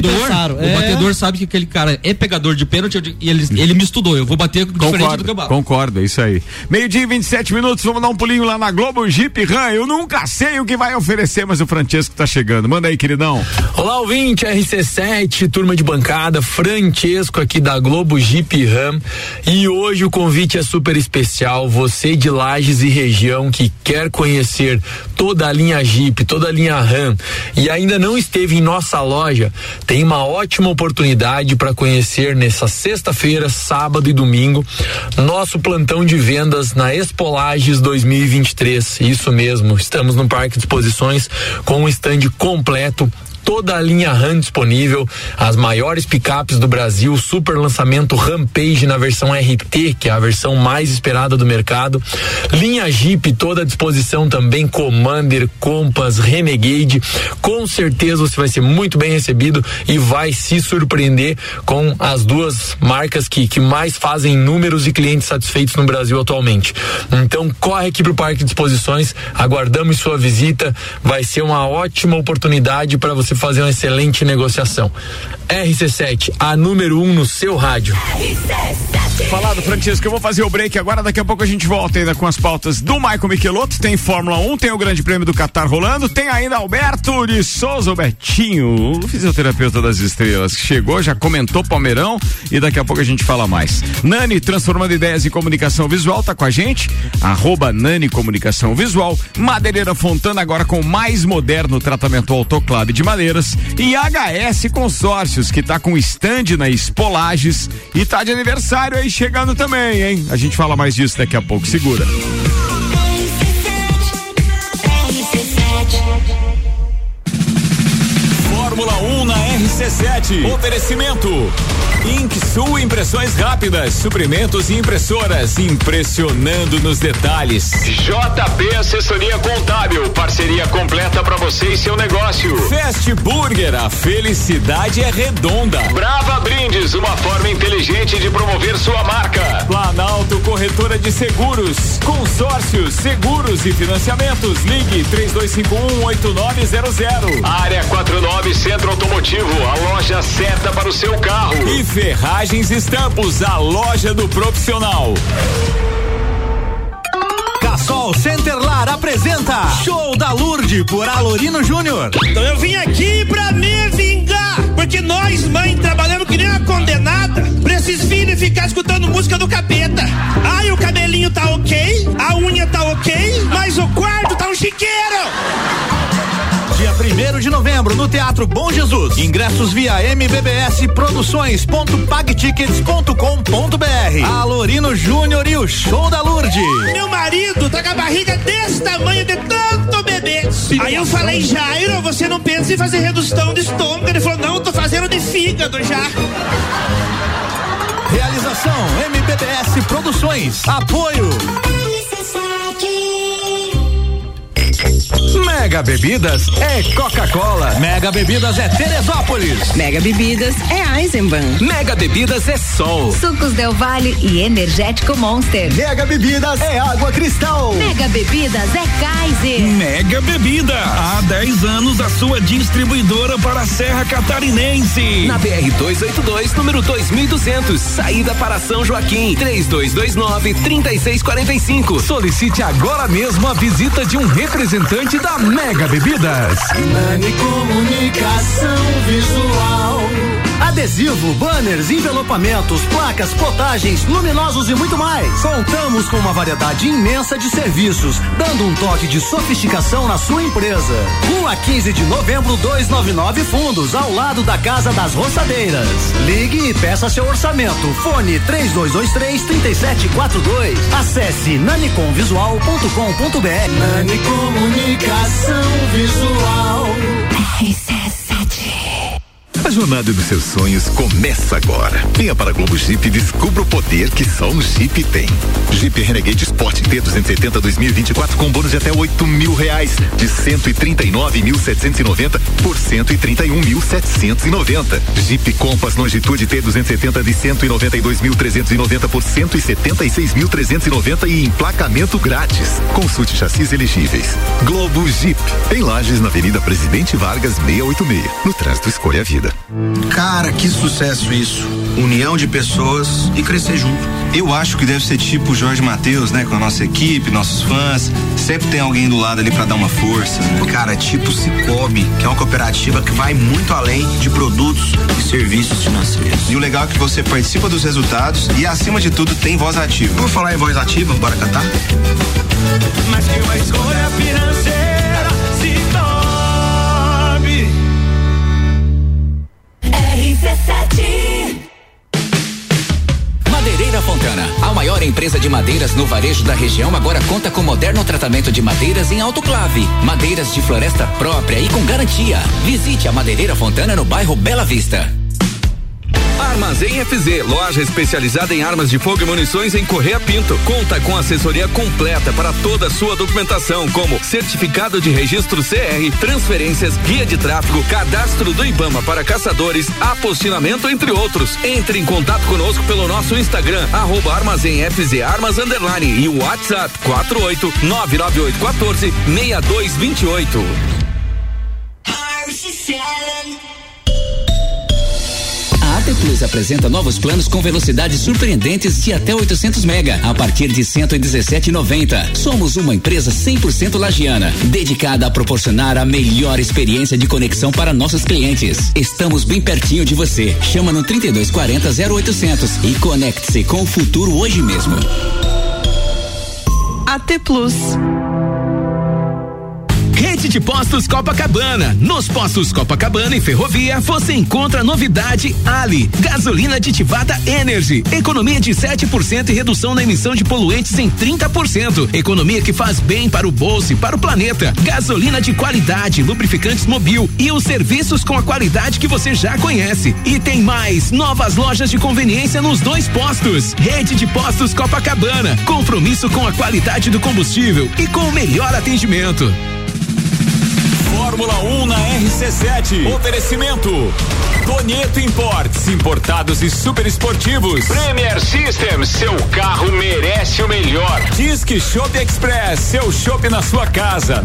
batedor sabe que aquele cara é pegador de pênalti e ele me estudou. Eu vou bater diferente do que eu bato. Concordo, é isso aí. 12:27, vamos dar um pulinho lá na Globo Jeep Ram. Eu nunca sei o que vai oferecer, mas o Francesco tá chegando. Manda aí, queridão. Olá, ouvinte, RC7, turma de bancada, Francesco aqui da Globo Jeep Ram. E hoje o convite é super especial. Você de Lages e região que quer conhecer toda a linha Jeep, toda a linha Ram e ainda não esteve em nossa loja, tem uma ótima oportunidade para conhecer nessa sexta-feira, sábado e domingo nosso plantão de vendas na Expo Lages 2023. Isso mesmo, estamos no Parque de Exposições com um stand completo, toda a linha Ram disponível, as maiores picapes do Brasil, super lançamento Rampage na versão RT, que é a versão mais esperada do mercado, linha Jeep toda à disposição também, Commander, Compass, Renegade. Com certeza você vai ser muito bem recebido e vai se surpreender com as duas marcas que mais fazem números e clientes satisfeitos no Brasil atualmente. Então corre aqui pro Parque de Exposições, aguardamos sua visita, vai ser uma ótima oportunidade para você fazer uma excelente negociação. RC7, a número 1 no seu rádio. Falado, Francisco, eu vou fazer o break agora, daqui a pouco a gente volta ainda com as pautas do Michael Michelotto, tem Fórmula 1, tem o Grande Prêmio do Qatar rolando, tem ainda Alberto de Souza, o Betinho, o fisioterapeuta das estrelas, que chegou, já comentou Palmeirão e daqui a pouco a gente fala mais. Nani, transformando ideias em comunicação visual, tá com a gente, @Nani Comunicação Visual, Madeireira Fontana agora com o mais moderno tratamento autoclave de madeiras e HS Consórcios, que tá com stand na Expo Lages e tá de aniversário aí chegando também, hein? A gente fala mais disso daqui a pouco, segura. Fórmula 1 na RC7. Oferecimento InkSul Impressões Rápidas, suprimentos e impressoras, impressionando nos detalhes. JP Assessoria Contábil, parceria completa para você e seu negócio. Fast Burger, a felicidade é redonda. Brava Brindes, uma forma inteligente de promover sua marca. Planalto Corretora de Seguros, consórcios, seguros e financiamentos. Ligue 3251-8900. Área 49 Centro Automotivo, a loja certa para o seu carro. E Ferragens Estampos, a loja do profissional. Cassol Centerlar apresenta Show da Lourdes por Alorino Júnior. Então eu vim aqui pra me vingar, porque nós, mãe, trabalhamos que nem uma condenada pra esses filhos ficar escutando música do capeta. Ai, o cabelinho tá ok, a unha tá ok, mas o quarto tá um chiqueiro. Dia 1º de novembro, setembro no Teatro Bom Jesus. Ingressos via mbbs.produções.pagtickets.com.br. Alorino Júnior e o Show da Lourdes. Meu marido tá com a barriga desse tamanho de tanto bebê. Aí eu falei, Jairo, você não pensa em fazer redução de estômago? Ele falou, não, eu tô fazendo de fígado já. Realização MBBS Produções. Apoio Mega Bebidas é Coca-Cola. Mega Bebidas é Teresópolis. Mega Bebidas é Eisenbahn. Mega Bebidas é Sol. Sucos Del Valle e Energético Monster. Mega Bebidas é Água Cristal. Mega Bebidas é Kaiser. Mega Bebida, há 10 anos a sua distribuidora para a Serra Catarinense. Na BR-282, número 2200, saída para São Joaquim, 3229-3645. Solicite agora mesmo a visita de um representante da Mega Bebidas. Nani Comunicação Visual. Adesivo, banners, envelopamentos, placas, potagens, luminosos e muito mais. Contamos com uma variedade imensa de serviços, dando um toque de sofisticação na sua empresa. Rua 15 de Novembro 299 Fundos, ao lado da Casa das Roçadeiras. Ligue e peça seu orçamento. Fone 3223-3742. Acesse nanicomvisual.com.br. Nani Comunicação Visual. RC7. A jornada dos seus sonhos começa agora. Venha para a Globo Jeep e descubra o poder que só um Jeep tem. Jeep Renegade Sport T270 2024 com bônus de até R$8.000, de 139.790 por 131.790. Jeep Compass Longitude T270 de 192.390 por 176.390 e emplacamento grátis. Consulte chassis elegíveis. Globo Jeep, em Lages, na Avenida Presidente Vargas 686. No trânsito, escolha a vida. Cara, que sucesso isso. União de pessoas e crescer junto. Eu acho que deve ser tipo o Jorge Mateus, né? Com a nossa equipe, nossos fãs. Sempre tem alguém do lado ali pra dar uma força, né? Cara, tipo o Cicobi, que é uma cooperativa que vai muito além de produtos e serviços financeiros. E o legal é que você participa dos resultados e, acima de tudo, tem voz ativa. Por falar em voz ativa, bora cantar? Mas que uma escolha financeira se torne RC7. Madeireira Fontana, a maior empresa de madeiras no varejo da região, agora conta com moderno tratamento de madeiras em autoclave, madeiras de floresta própria e com garantia. Visite a Madeireira Fontana no bairro Bela Vista. Armazém FZ, loja especializada em armas de fogo e munições em Correia Pinto. Conta com assessoria completa para toda a sua documentação, como certificado de registro CR, transferências, guia de tráfego, cadastro do IBAMA para caçadores, apostilamento, entre outros. Entre em contato conosco pelo nosso Instagram, @ArmazémFZArmas_ e o WhatsApp 48-99814-6228. A AT Plus apresenta novos planos com velocidades surpreendentes de até 800 mega, a partir de R$117,90. Somos uma empresa 100% lagiana, dedicada a proporcionar a melhor experiência de conexão para nossos clientes. Estamos bem pertinho de você. Chama no 3240-0800 e conecte-se com o futuro hoje mesmo. AT Plus. Rede de Postos Copacabana. Nos postos Copacabana e Ferrovia você encontra a novidade Ali, gasolina aditivada Energy, economia de 7% e redução na emissão de poluentes em 30%, economia que faz bem para o bolso e para o planeta, gasolina de qualidade, lubrificantes Mobil e os serviços com a qualidade que você já conhece. E tem mais, novas lojas de conveniência nos 2 postos. Rede de Postos Copacabana, compromisso com a qualidade do combustível e com o melhor atendimento. Fórmula 1 na RC7. Oferecimento Donieto Imports, importados e super esportivos. Premier Systems, seu carro merece o melhor. Disque Shop Express, seu shopping na sua casa.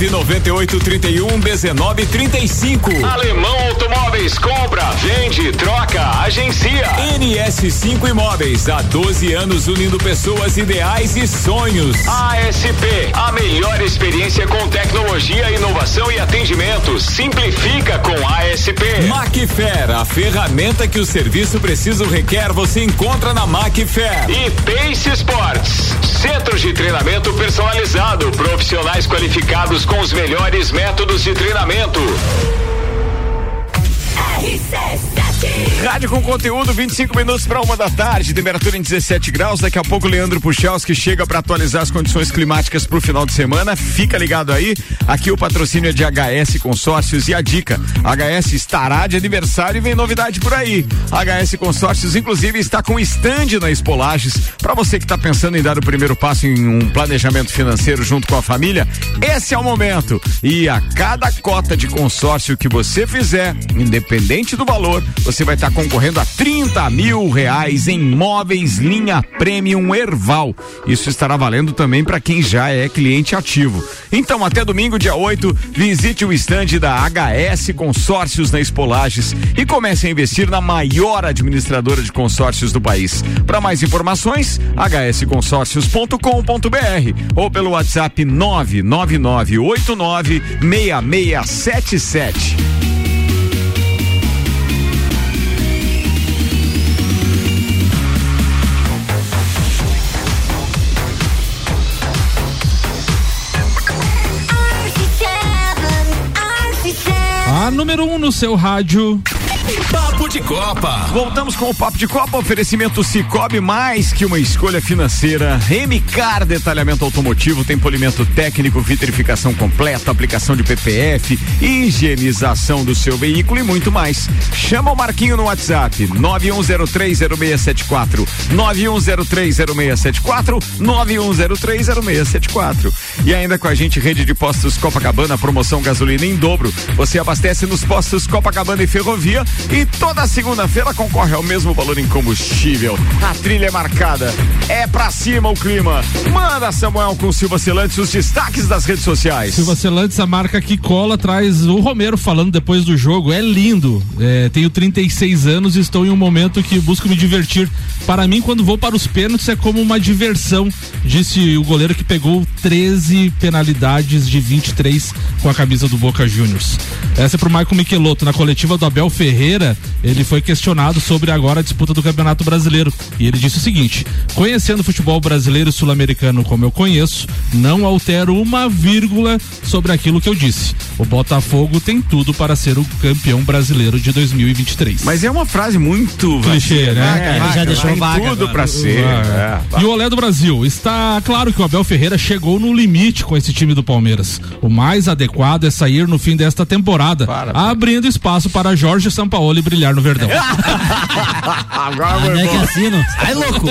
998311935. Alemão Automóveis, compra, vende, troca, agencia. NS5 Imóveis, há 12 anos unindo pessoas, ideais e sonhos. ASP, a melhor experiência com tecnologia, inovação e atendimento. Simplifica com ASP. Macfair, a ferramenta que o serviço preciso requer, você encontra na Macfair. E Pace Sports, centros de treinamento personalizado, profissionais qualificados com os melhores métodos de treinamento. Rádio com conteúdo, 25 minutos para 1h, temperatura em 17 graus. Daqui a pouco Leandro Puchalski chega para atualizar as condições climáticas para o final de semana. Fica ligado aí. Aqui o patrocínio é de HS Consórcios e a dica: HS estará de aniversário e vem novidade por aí. HS Consórcios, inclusive, está com stand na Expo Lages. Para você que está pensando em dar o primeiro passo em um planejamento financeiro junto com a família, esse é o momento. E a cada cota de consórcio que você fizer, independente do valor, você vai estar concorrendo a R$30 mil em móveis linha Premium Erval. Isso estará valendo também para quem já é cliente ativo. Então, até domingo, dia 8, visite o estande da HS Consórcios na Expo Lages e comece a investir na maior administradora de consórcios do país. Para mais informações, hsconsórcios.com.br ou pelo WhatsApp 999896677. A número 1 no seu rádio. Papo de Copa. Voltamos com o Papo de Copa, oferecimento Cicobi, mais que uma escolha financeira. MCAR, detalhamento automotivo, tem polimento técnico, vitrificação completa, aplicação de PPF, higienização do seu veículo e muito mais. Chama o Marquinho no WhatsApp, 91030674, 91030674, 91030674. E ainda com a gente, rede de postos Copacabana, promoção gasolina em dobro. Você abastece nos postos Copacabana e Ferrovia e toda segunda-feira concorre ao mesmo valor em combustível. A trilha é marcada, é pra cima o clima. Manda, Samuel, com Silva Celantes os destaques das redes sociais. Silva Celantes, a marca que cola, traz o Romero falando depois do jogo. É lindo, tenho 36 anos e estou em um momento que busco me divertir. Para mim, quando vou para os pênaltis é como uma diversão, disse o goleiro que pegou 13 penalidades de 23 com a camisa do Boca Juniors. Essa é pro Michael Michelotto. Na coletiva do Abel Ferreira, ele foi questionado sobre agora a disputa do Campeonato Brasileiro e ele disse o seguinte: conhecendo o futebol brasileiro e sul-americano como eu conheço, não altero uma vírgula sobre aquilo que eu disse. O Botafogo tem tudo para ser o campeão brasileiro de 2023. Mas é uma frase muito clichê, né? Ele já deixou vaga. Tudo para ser. E o Olé do Brasil, está claro que o Abel Ferreira chegou no limite com esse time do Palmeiras. O mais adequado é sair no fim desta temporada, abrindo espaço para Jorge Sampaoli brilhar no Verdão. Agora não é que assino. Ai, louco.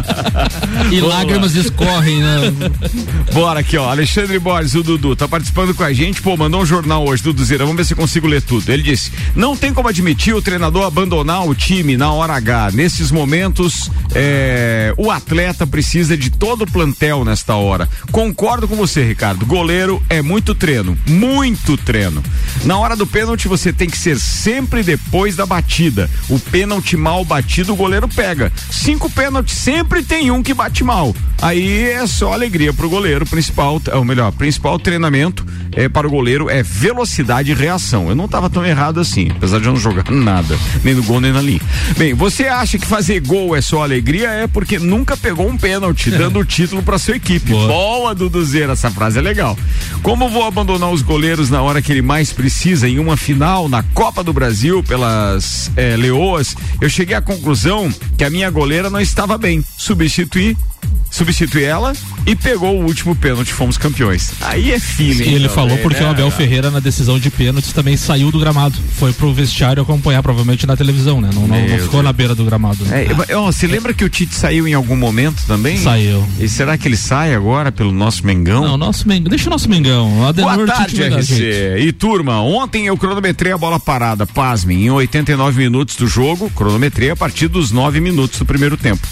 E lágrimas escorrem, né? Bora aqui, ó. Alexandre Borges, o Dudu, tá participando com a gente. Pô, mandou um jornal hoje, Duduzeira. Vamos ver se eu consigo ler tudo. Ele disse: não tem como admitir o treinador abandonar o time na hora H. Nesses momentos, o atleta precisa de todo o plantel nesta hora. Concordo com você, Ricardo. Goleiro é muito treino. Muito treino. Na hora do pênalti, você tem que ser sempre depois da batida. O pênalti mal batido, o goleiro pega. 5 pênaltis, sempre tem um que bate mal. Aí é só alegria pro goleiro. Principal treinamento para o goleiro é velocidade e reação. Eu não tava tão errado assim, apesar de eu não jogar nada, nem no gol nem na linha. Bem, você acha que fazer gol é só alegria? É porque nunca pegou um pênalti, dando o título pra sua equipe. Boa, Duduzeira, essa frase é legal. Como vou abandonar os goleiros na hora que ele mais precisa, em uma final na Copa do Brasil pelas Leoas? Eu cheguei à conclusão que a minha goleira não estava bem. Substituí ela e pegou o último pênalti, fomos campeões. Aí é feeling. E ele falou porque o Abel Ferreira, na decisão de pênaltis, também saiu do gramado. Foi pro vestiário acompanhar, provavelmente na televisão, né? Não ficou na beira do gramado. Né? Você lembra que o Tite saiu em algum momento também? Saiu. E será que ele sai agora pelo nosso Mengão? Não, deixa o nosso Mengão. Boa tarde, RC. E turma, ontem eu cronometrei a bola parada, pasmem, em 89 minutos do jogo, cronometrei a partir dos 9 minutos do primeiro tempo.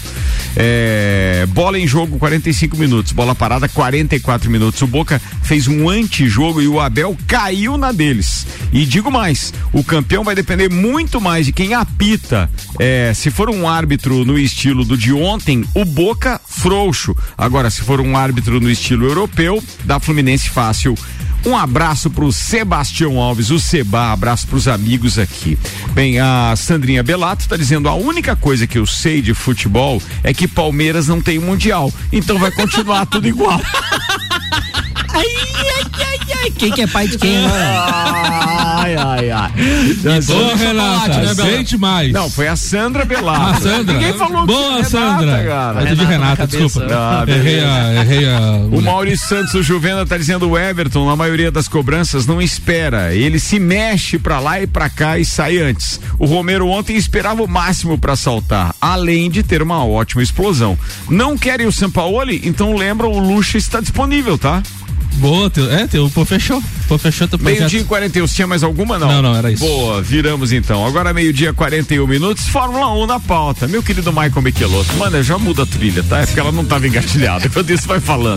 Bola em jogo 45 minutos, bola parada 44 minutos. O Boca fez um antijogo e o Abel caiu na deles. E digo mais, o campeão vai depender muito mais de quem apita. Se for um árbitro no estilo do de ontem, o Boca frouxo. Agora, se for um árbitro no estilo europeu, dá Fluminense fácil. Um abraço pro Sebastião Alves, o Seba, abraço pros amigos aqui. Bem, a Sandrinha Belato tá dizendo: a única coisa que eu sei de futebol é que Palmeiras não tem mundial, então vai continuar tudo igual. Quem que é pai de quem agora? Boa, Renata, né, sente mais. Não, foi a Sandra Belato. A Sandra. Ninguém falou boa, que Sandra. Cara. Eu de Renata, desculpa. Errei a... O Maurício Santos, o Juvena, tá dizendo: o Everton, na maioria das cobranças, não espera. Ele se mexe pra lá e pra cá e sai antes. O Romero ontem esperava o máximo pra saltar, além de ter uma ótima explosão. Não querem o Sampaoli? Então lembra, o Lucha está disponível, tá? Boa, tem o Pô fechou. Meio-dia e 41, tinha mais alguma? Não, era isso. Boa, viramos então. Agora meio-dia 41 minutos, Fórmula 1 na pauta. Meu querido Michael Michelotto, mano, já muda a trilha, tá? É porque ela não tava engatilhada, quando isso vai falando.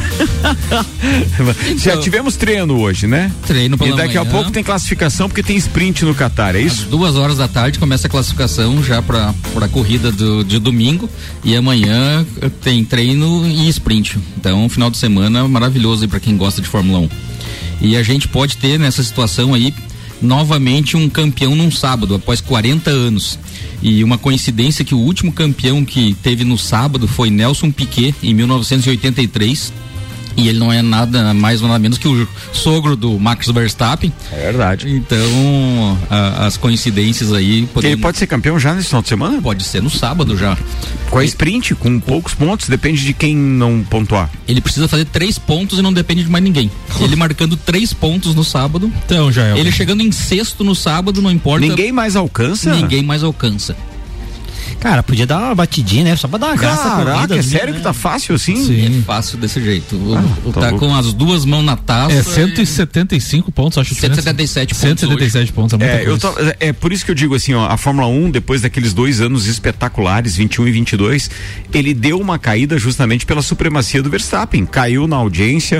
Então, já tivemos treino hoje, né? Treino pela manhã. E daqui a pouco tem classificação, porque tem sprint no Qatar, é isso? Às 2 da tarde começa a classificação já pra corrida de domingo, e amanhã tem treino e sprint. Então, final de semana maravilhoso aí pra quem gosta de Fórmula 1. E a gente pode ter nessa situação aí novamente um campeão num sábado, após 40 anos. E uma coincidência que o último campeão que teve no sábado foi Nelson Piquet, em 1983. E ele não é nada mais ou nada menos que o sogro do Max Verstappen. É verdade. Então, as coincidências aí... Ele pode ser campeão já nesse final de semana? Pode ser no sábado já. Com a sprint, com poucos pontos, depende de quem não pontuar. Ele precisa fazer 3 pontos e não depende de mais ninguém. Ele marcando 3 pontos no sábado. Então já é. Ele chegando em 6º no sábado, não importa. Ninguém mais alcança? Ninguém mais alcança. Cara, podia dar uma batidinha, né? Só pra dar uma graça. Caraca, é sério que tá fácil assim? Sim. É fácil desse jeito. Tá com as 2 mãos na taça. É 175 pontos, acho que 177 pontos. 177 pontos, é muita coisa. É por isso que eu digo assim, ó, a Fórmula 1, depois daqueles 2 anos espetaculares, 21 e 22, ele deu uma caída justamente pela supremacia do Verstappen. Caiu na audiência,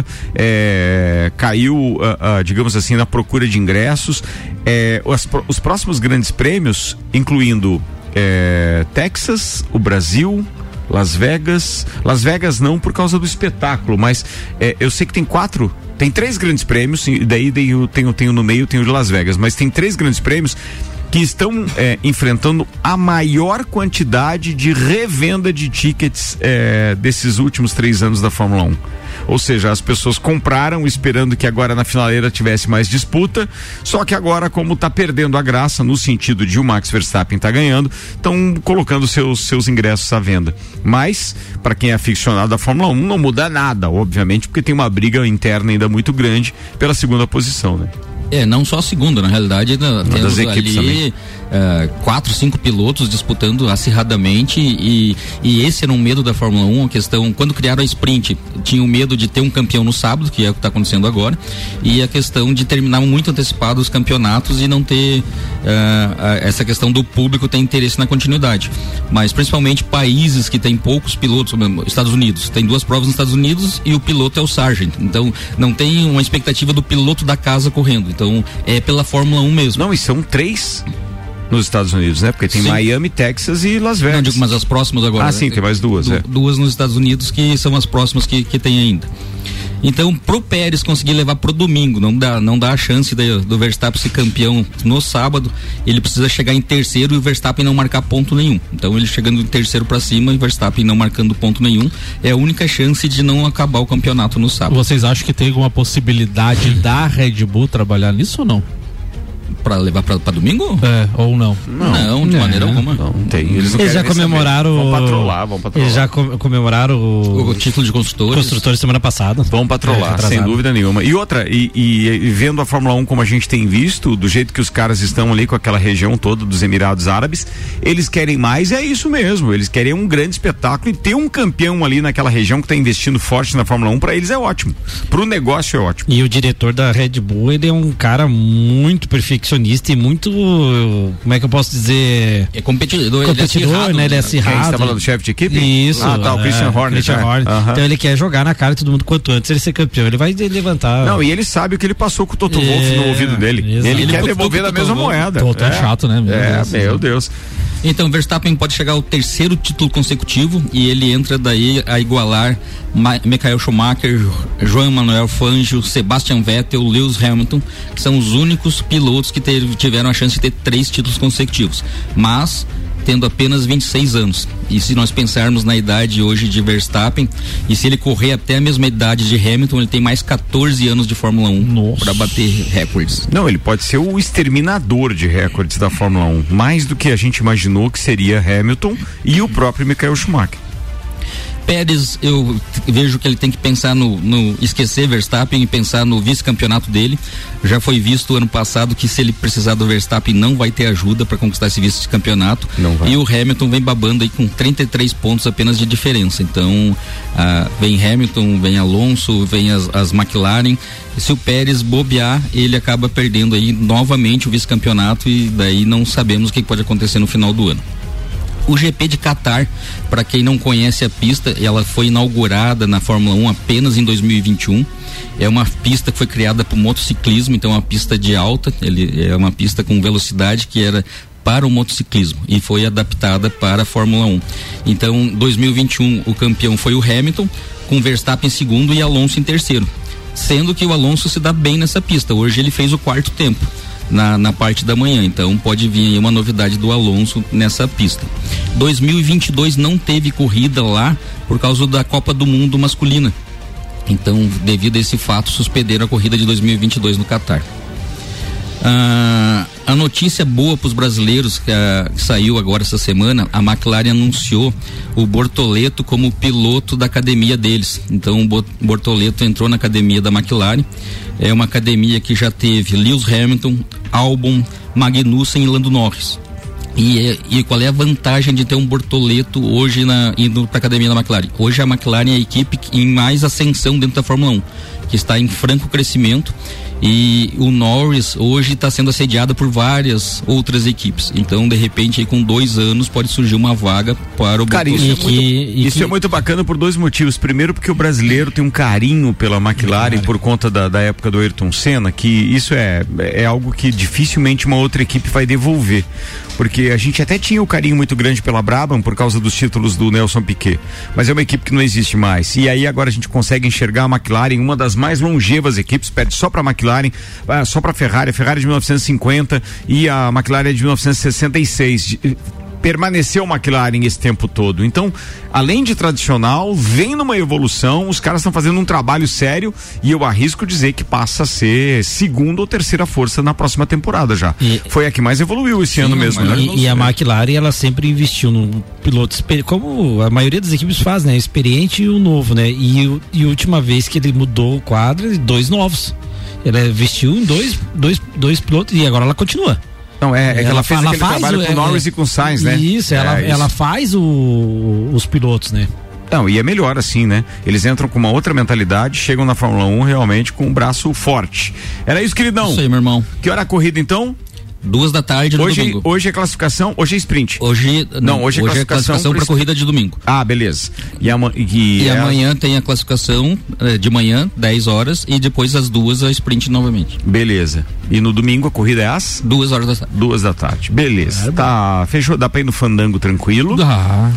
caiu, digamos assim, na procura de ingressos. Os próximos grandes prêmios, incluindo Texas, o Brasil, Las Vegas não por causa do espetáculo, mas eu sei que tem 3 grandes prêmios, e daí eu tenho no meio, tenho de Las Vegas, mas tem 3 grandes prêmios que estão enfrentando a maior quantidade de revenda de tickets desses últimos 3 anos da Fórmula 1. Ou seja, as pessoas compraram esperando que agora na finaleira tivesse mais disputa, só que agora, como tá perdendo a graça, no sentido de o Max Verstappen tá ganhando, estão colocando seus ingressos à venda. Mas, para quem é aficionado da Fórmula 1, não muda nada, obviamente, porque tem uma briga interna ainda muito grande pela 2ª posição, né? Não só a 2ª, na realidade, temos ali 4, 5 pilotos disputando acirradamente, e esse era um medo da Fórmula 1, a questão, quando criaram a sprint, tinham medo de ter um campeão no sábado, que é o que está acontecendo agora, e a questão de terminar muito antecipado os campeonatos e não ter essa questão do público ter interesse na continuidade. Mas principalmente países que têm poucos pilotos, como Estados Unidos, tem 2 provas nos Estados Unidos e o piloto é o Sargent, então não tem uma expectativa do piloto da casa correndo. Então é pela Fórmula 1 mesmo. Não, e são 3 nos Estados Unidos, né? Porque tem Miami, Texas e Las Vegas. Não, digo, mas as próximas agora. Sim, tem mais 2. 2 nos Estados Unidos, que são as próximas que tem ainda. Então, pro Pérez conseguir levar pro domingo, não dá a chance do Verstappen ser campeão no sábado. Ele precisa chegar em 3º e o Verstappen não marcar ponto nenhum. Então, ele chegando em 3º pra cima e o Verstappen não marcando ponto nenhum, é a única chance de não acabar o campeonato no sábado. Vocês acham que tem alguma possibilidade da Red Bull trabalhar nisso ou não? Pra levar pra domingo? Ou não? Não, de maneira alguma. Não tem. Eles já comemoraram. Vão patrolar. Eles já comemoraram o título de construtores semana passada. Vão patrolar, sem dúvida nenhuma. E outra, e vendo a Fórmula 1 como a gente tem visto, do jeito que os caras estão ali com aquela região toda dos Emirados Árabes, eles querem mais, é isso mesmo. Eles querem um grande espetáculo, e ter um campeão ali naquela região que está investindo forte na Fórmula 1, para eles é ótimo. Pro negócio é ótimo. E o diretor da Red Bull, ele é um cara muito perfeccionista e muito, como é que eu posso dizer? É competidor, ele é acirrado, né? Ele é acirrado. Você tá falando do chefe de equipe? Isso. O Christian Horner. Então ele quer jogar na cara de todo mundo quanto antes ele ser campeão. Ele vai levantar. Não, e ele sabe o que ele passou com o Toto Wolff no ouvido dele. Exato. Ele quer devolver da mesma moeda. Toto é chato, né? Meu Deus. Então, Verstappen pode chegar ao 3º título consecutivo, e ele entra daí a igualar Michael Schumacher, João Manuel Fangio, Sebastian Vettel, Lewis Hamilton, que são os únicos pilotos que tiveram a chance de ter 3 títulos consecutivos. Mas tendo apenas 26 anos. E se nós pensarmos na idade hoje de Verstappen, e se ele correr até a mesma idade de Hamilton, ele tem mais 14 anos de Fórmula 1 para bater recordes. Não, ele pode ser o exterminador de recordes da Fórmula 1, mais do que a gente imaginou que seria Hamilton e o próprio Michael Schumacher. Pérez, eu vejo que ele tem que pensar no esquecer Verstappen e pensar no vice-campeonato dele. Já foi visto ano passado que se ele precisar do Verstappen não vai ter ajuda para conquistar esse vice-campeonato. E o Hamilton vem babando aí com 33 pontos apenas de diferença. Então, vem Hamilton, vem Alonso, vem as McLaren. Se o Pérez bobear, ele acaba perdendo aí novamente o vice-campeonato e daí não sabemos o que pode acontecer no final do ano. O GP de Qatar, para quem não conhece a pista, ela foi inaugurada na Fórmula 1 apenas em 2021. É uma pista que foi criada para o motociclismo, então é uma pista de alta, é uma pista com velocidade que era para o motociclismo e foi adaptada para a Fórmula 1. Então, 2021 o campeão foi o Hamilton, com Verstappen em segundo e Alonso em terceiro. Sendo que o Alonso se dá bem nessa pista. Hoje ele fez o quarto tempo na parte da manhã, então pode vir aí uma novidade do Alonso nessa pista. 2022 não teve corrida lá por causa da Copa do Mundo masculina, então devido a esse fato suspenderam a corrida de 2022 no Qatar. A notícia boa para os brasileiros que saiu agora essa semana, a McLaren anunciou o Bortoleto como piloto da academia deles. Então o Bortoleto entrou na academia da McLaren. É uma academia que já teve Lewis Hamilton, Albon, Magnussen e Lando Norris. E qual é a vantagem de ter um Bortoleto hoje indo para a academia da McLaren? Hoje a McLaren é a equipe em mais ascensão dentro da Fórmula 1, que está em franco crescimento. E o Norris hoje está sendo assediado por várias outras equipes. Então, de repente, aí, com 2 anos, pode surgir uma vaga para o Bortoleto. Isso é muito bacana por 2 motivos. Primeiro, porque o brasileiro tem um carinho pela McLaren por conta da época do Ayrton Senna, que isso é algo que dificilmente uma outra equipe vai devolver. Porque a gente até tinha um carinho muito grande pela Brabham por causa dos títulos do Nelson Piquet, mas é uma equipe que não existe mais. E aí agora a gente consegue enxergar a McLaren, uma das mais longevas equipes, perde só para a McLaren, só para a Ferrari de 1950 e a McLaren é de 1966. Permaneceu a McLaren esse tempo todo. Então, além de tradicional, vem numa evolução, os caras estão fazendo um trabalho sério e eu arrisco dizer que passa a ser 2ª ou 3ª força na próxima temporada já. Foi a que mais evoluiu esse ano mesmo, né? E a McLaren, ela sempre investiu num piloto, como a maioria das equipes faz, né? Experiente e o novo, né? E a última vez que ele mudou o quadro, 2 novos. Ela investiu em dois pilotos e agora ela continua. Não, que ela fez aquele trabalho com Norris e com Sainz, né? Isso, ela faz os pilotos, né? Não, e é melhor assim, né? Eles entram com uma outra mentalidade, chegam na Fórmula 1 realmente com um braço forte. Era isso, queridão? Isso aí, meu irmão. Que hora a corrida, então? 2 da tarde no domingo. Hoje é classificação, hoje é sprint. Hoje é classificação para corrida de domingo. Ah, beleza. E amanhã tem a classificação de manhã, 10 horas, e depois às 2 a sprint novamente. Beleza. E no domingo a corrida é às? 2 horas da tarde. 2 da tarde. Beleza. Tá, fechou, dá pra ir no fandango tranquilo. Dá.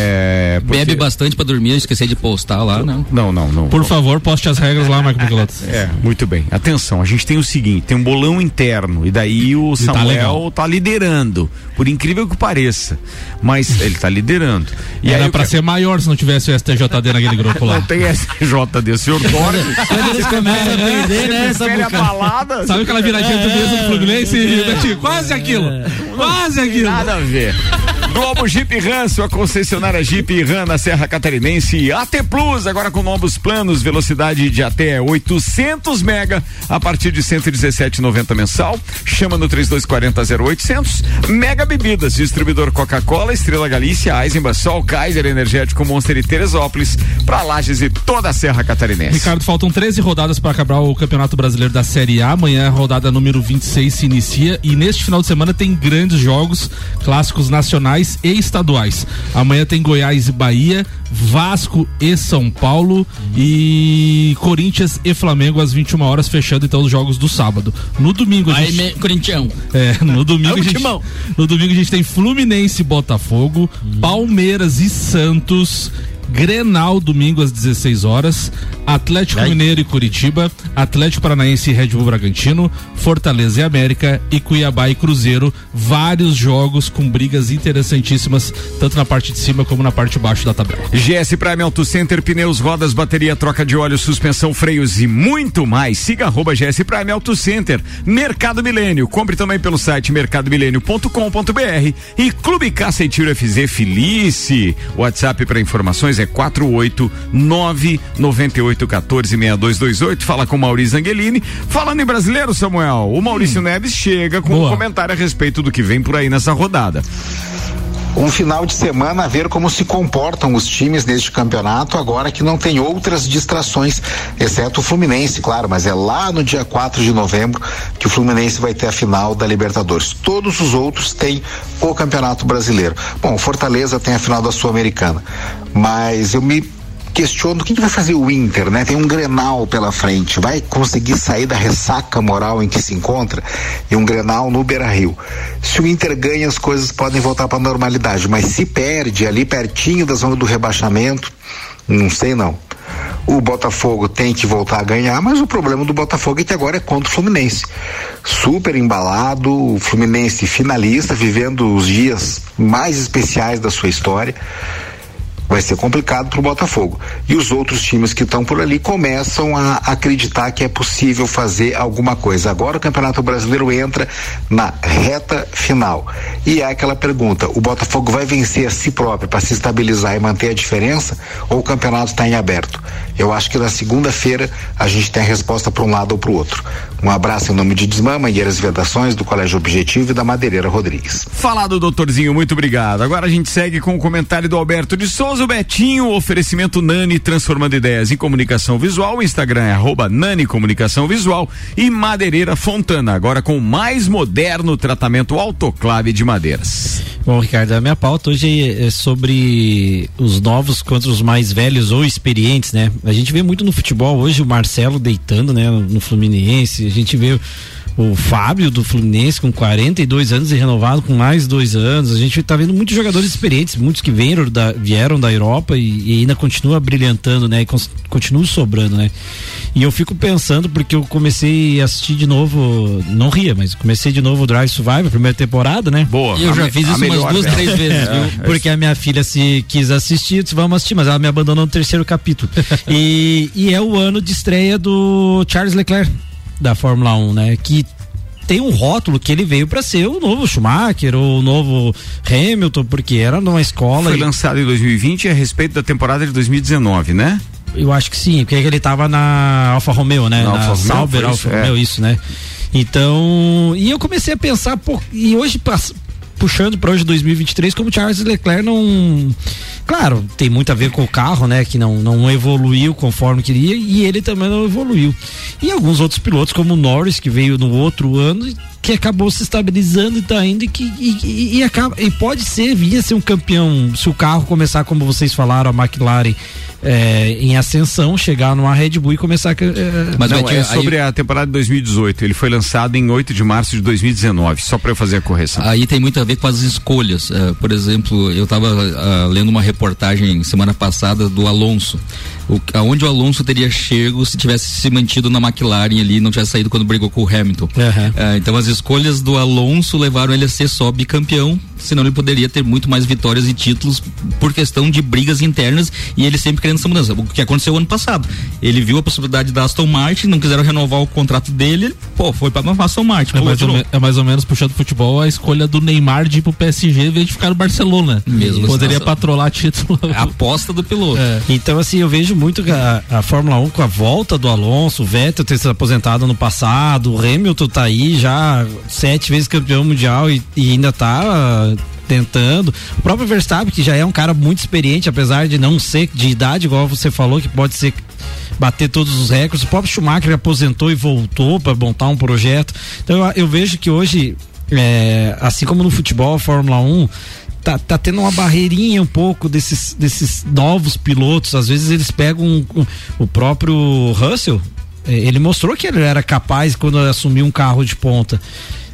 Bebe bastante pra dormir, eu esqueci de postar lá, não? Não. Por favor, poste as regras lá, Marco Michelotto. Muito bem. Atenção, a gente tem o seguinte, tem um bolão interno, e daí o Samuel tá liderando, por incrível que pareça, mas ele tá liderando. E era pra ser maior se não tivesse o STJD naquele grupo lá. Não tem STJD, o senhor dorme. Quando eles começam a perder, né? Sabe aquela viradinha do mesa do Fluminense? Quase aquilo. Quase aquilo. Nada a ver. Globo Jeep Ram, sua concessionária Jeep Ram na Serra Catarinense. AT Plus, agora com novos planos, velocidade de até 800 mega, a partir de 117,90 mensal. Chama no 3240-0800. Mega Bebidas, distribuidor Coca-Cola, Estrela Galícia, Eisenbahn, Sol, Kaiser, Energético, Monster e Teresópolis, para Lages e toda a Serra Catarinense. Ricardo, faltam 13 rodadas para acabar o Campeonato Brasileiro da Série A. Amanhã a rodada número 26 se inicia e neste final de semana tem grandes jogos, clássicos nacionais e estaduais. Amanhã tem Goiás e Bahia, Vasco e São Paulo e Corinthians e Flamengo às 21 horas, fechando então os jogos do sábado. No domingo Corintião. No domingo a gente tem Fluminense e Botafogo, Palmeiras e Santos, Grenal domingo às 16 horas, Atlético Mineiro e Curitiba, Atlético Paranaense e Red Bull Bragantino, Fortaleza e América e Cuiabá e Cruzeiro. Vários jogos com brigas interessantíssimas, tanto na parte de cima como na parte de baixo da tabela. GS Prime Auto Center, pneus, rodas, bateria, troca de óleo, suspensão, freios e muito mais. Siga @GS Prime Auto Center. Mercado Milênio, compre também pelo site mercadomilênio.com.br e Clube Caça e Tiro FZ Felice. O WhatsApp para informações é 48998146228. Fala com Maurício Angelini. Falando em brasileiro, Samuel, o Maurício Neves chega com um comentário a respeito do que vem por aí nessa rodada. Um final de semana a ver como se comportam os times neste campeonato, agora que não tem outras distrações, exceto o Fluminense, claro, mas é lá no dia 4 de novembro que o Fluminense vai ter a final da Libertadores. Todos os outros têm o Campeonato Brasileiro. Bom, o Fortaleza tem a final da Sul-Americana, mas eu me questiono o que vai fazer o Inter, né? Tem um Grenal pela frente, vai conseguir sair da ressaca moral em que se encontra? E um Grenal no Beira-Rio. Se o Inter ganha, as coisas podem voltar para a normalidade, mas se perde ali pertinho da zona do rebaixamento, não sei não. O Botafogo tem que voltar a ganhar, mas o problema do Botafogo é que agora é contra o Fluminense. Super embalado, o Fluminense finalista, vivendo os dias mais especiais da sua história. Vai ser complicado para o Botafogo. E os outros times que estão por ali começam a acreditar que é possível fazer alguma coisa. Agora o Campeonato Brasileiro entra na reta final. E é aquela pergunta: o Botafogo vai vencer a si próprio para se estabilizar e manter a diferença? Ou o campeonato está em aberto? Eu acho que na segunda-feira a gente tem a resposta para um lado ou para o outro. Um abraço em nome de Desmã, Mangueiras e Vedações, do Colégio Objetivo e da Madeireira Rodrigues. Falado, doutorzinho, muito obrigado. Agora a gente segue com o comentário do Alberto de Souza. O Betinho, oferecimento Nani, transformando ideias em comunicação visual. O Instagram é @Nani Comunicação Visual. E Madeireira Fontana, agora com o mais moderno tratamento autoclave de madeiras. Bom, Ricardo, a minha pauta hoje é sobre os novos contra os mais velhos ou experientes, né? A gente vê muito no futebol hoje o Marcelo deitando, né, no Fluminense. A gente vê o Fábio do Fluminense com 42 anos e renovado com mais 2 anos. A gente tá vendo muitos jogadores experientes, muitos que vieram da Europa e ainda continua brilhantando, né? E continuam sobrando, né? E eu fico pensando, porque eu comecei a assistir de novo, não ria, mas comecei de novo o Drive Survival, primeira temporada, né? Boa. E eu já fiz isso umas 2, 3 vezes, viu? Porque a minha filha se quis assistir, eu disse, vamos assistir, mas ela me abandonou no 3º capítulo. E é o ano de estreia do Charles Leclerc, da Fórmula 1, né? Que tem um rótulo que ele veio para ser o novo Schumacher ou o novo Hamilton, porque era numa escola. Foi lançado em 2020 a respeito da temporada de 2019, né? Eu acho que sim, porque ele tava na Alfa Romeo, né? Na Sauber Alfa Romeo, isso, né? Então, e eu comecei a pensar, e hoje puxando para hoje 2023, como Charles Leclerc não, claro, tem muito a ver com o carro, né, que não evoluiu conforme queria, e ele também não evoluiu. E alguns outros pilotos, como o Norris, que veio no outro ano, que acabou se estabilizando e tá indo e acaba, e pode vir a ser um campeão se o carro começar, como vocês falaram, a McLaren em ascensão, chegar numa Red Bull e começar mas não, sobre a temporada de 2018, ele foi lançado em 8 de março de 2019, só para eu fazer a correção. Aí tem muito a ver com as escolhas, por exemplo, eu estava lendo uma reportagem semana passada do Alonso, aonde o Alonso teria chego se tivesse se mantido na McLaren ali, não tivesse saído quando brigou com o Hamilton. Então as escolhas do Alonso levaram ele a ser só bicampeão, senão ele poderia ter muito mais vitórias e títulos por questão de brigas internas, e ele sempre querendo essa mudança. O que aconteceu ano passado, ele viu a possibilidade da Aston Martin, não quiseram renovar o contrato dele, foi pra Aston Martin. É mais ou menos, puxando futebol, a escolha do Neymar de ir pro PSG em vez de ficar no Barcelona. Mesmo poderia patrolar título. A aposta do piloto. Então, assim, eu vejo muito a Fórmula 1 com a volta do Alonso, o Vettel ter sido aposentado no passado, o Hamilton tá aí já 7 vezes campeão mundial e ainda tá tentando. O próprio Verstappen, que já é um cara muito experiente, apesar de não ser de idade, igual você falou, que pode ser bater todos os recordes. O próprio Schumacher aposentou e voltou para montar um projeto. Então eu vejo que hoje, assim como no futebol, a Fórmula 1 tá tendo uma barreirinha um pouco desses novos pilotos. Às vezes eles pegam o próprio Russell, ele mostrou que ele era capaz quando assumiu um carro de ponta.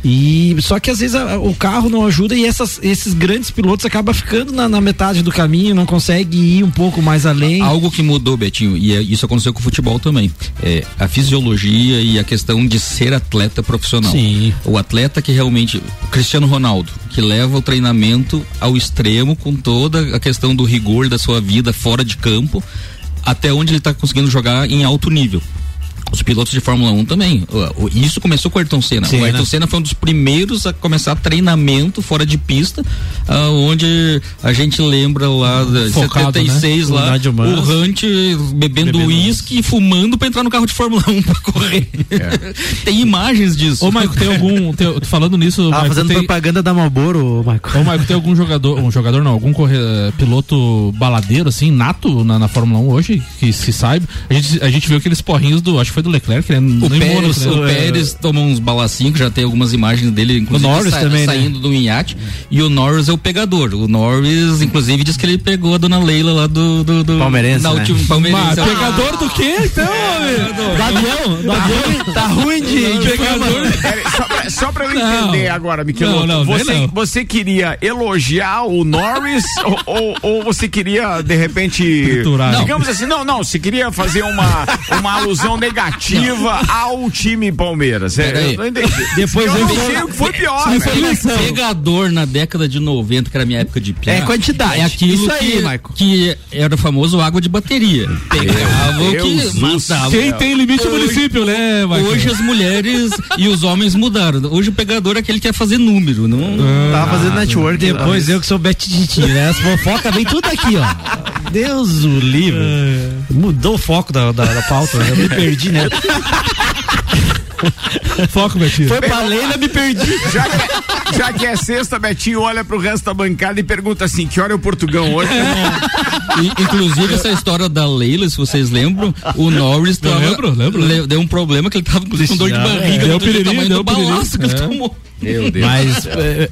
E só que às vezes o carro não ajuda e esses grandes pilotos acabam ficando na metade do caminho, não consegue ir um pouco mais além. Algo que mudou, Betinho, e isso aconteceu com o futebol também, a fisiologia e a questão de ser atleta profissional. Sim. O atleta que realmente, o Cristiano Ronaldo, que leva o treinamento ao extremo com toda a questão do rigor da sua vida fora de campo, até onde ele está conseguindo jogar em alto nível. Os pilotos de Fórmula 1 também. Isso começou com o Ayrton Senna. Sim, o Ayrton Senna foi um dos primeiros a começar treinamento fora de pista, onde a gente lembra lá de 76, né? Lá, o Hunt bebendo uísque e fumando pra entrar no carro de Fórmula 1 pra correr. Tem imagens disso. Ô, Maico, tem algum. Falando nisso. Maico, fazendo propaganda da Marlboro, Maico. Ô, Maico, tem algum jogador não, algum piloto baladeiro, assim, nato na Fórmula 1 hoje, que se saiba? A gente viu aqueles porrinhos acho que foi do Leclerc, né? O Pérez tomou uns balacinhos, já tem algumas imagens dele, inclusive o Norris também, saindo do iate, e o Norris é o pegador. O Norris, inclusive, diz que ele pegou a dona Leila lá do Palmeirense, né? Palmeirense. Pegador do quê, então? Do avião? Tá ruim de pegador. Só pra eu entender agora, Michelotto, você queria elogiar o Norris ou você queria, de repente, digamos assim, você queria fazer uma alusão negativa ao time Palmeiras. Eu entendi. Depois eu não sei o que foi pior. Pegador na década de 90, que era a minha época de piada. É quantidade. É aquilo isso aí, que era o famoso água de bateria. Pegava o que matava. Quem tem limite no município, né, Michael? Hoje as mulheres e os homens mudaram. Hoje o pegador é aquele que quer fazer número. Não tava fazendo network. Depois eu que sou Betiti, né? As fofocas vem tudo aqui, ó. Deus o livre. Mudou o foco da pauta, eu me perdi, né? Foco, Betinho. Foi pra Leila, me perdi. Já que é sexta, Betinho olha pro resto da bancada e pergunta assim: que hora é o Portugão hoje? Inclusive, essa história da Leila, se vocês lembram, o Norris lembro. Deu um problema que ele tava com dor de barriga, deu o balaço que ele tomou. Meu Deus. Mas,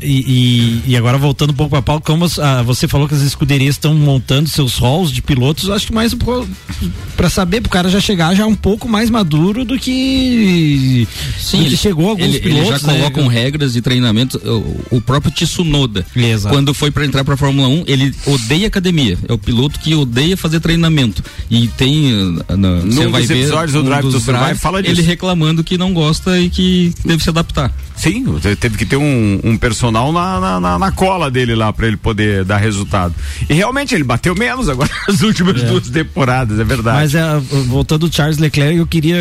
e agora voltando um pouco pra Paulo, como você falou que as escuderias estão montando seus halls de pilotos, acho que mais pra saber, pro cara já chegar já um pouco mais maduro do que ele chegou alguns pilotos. Ele já colocam regras de treinamento. O próprio Tsunoda, quando foi pra entrar pra Fórmula 1, ele odeia academia. É o piloto que odeia fazer treinamento. E tem, você vai ver, episódios do Drive to Survive fala disso. Ele reclamando que não gosta e que deve se adaptar. Sim, teve que ter um personal na cola dele lá pra ele poder dar resultado. E realmente ele bateu menos agora nas últimas 2 temporadas, é verdade. Mas voltando ao Charles Leclerc, eu queria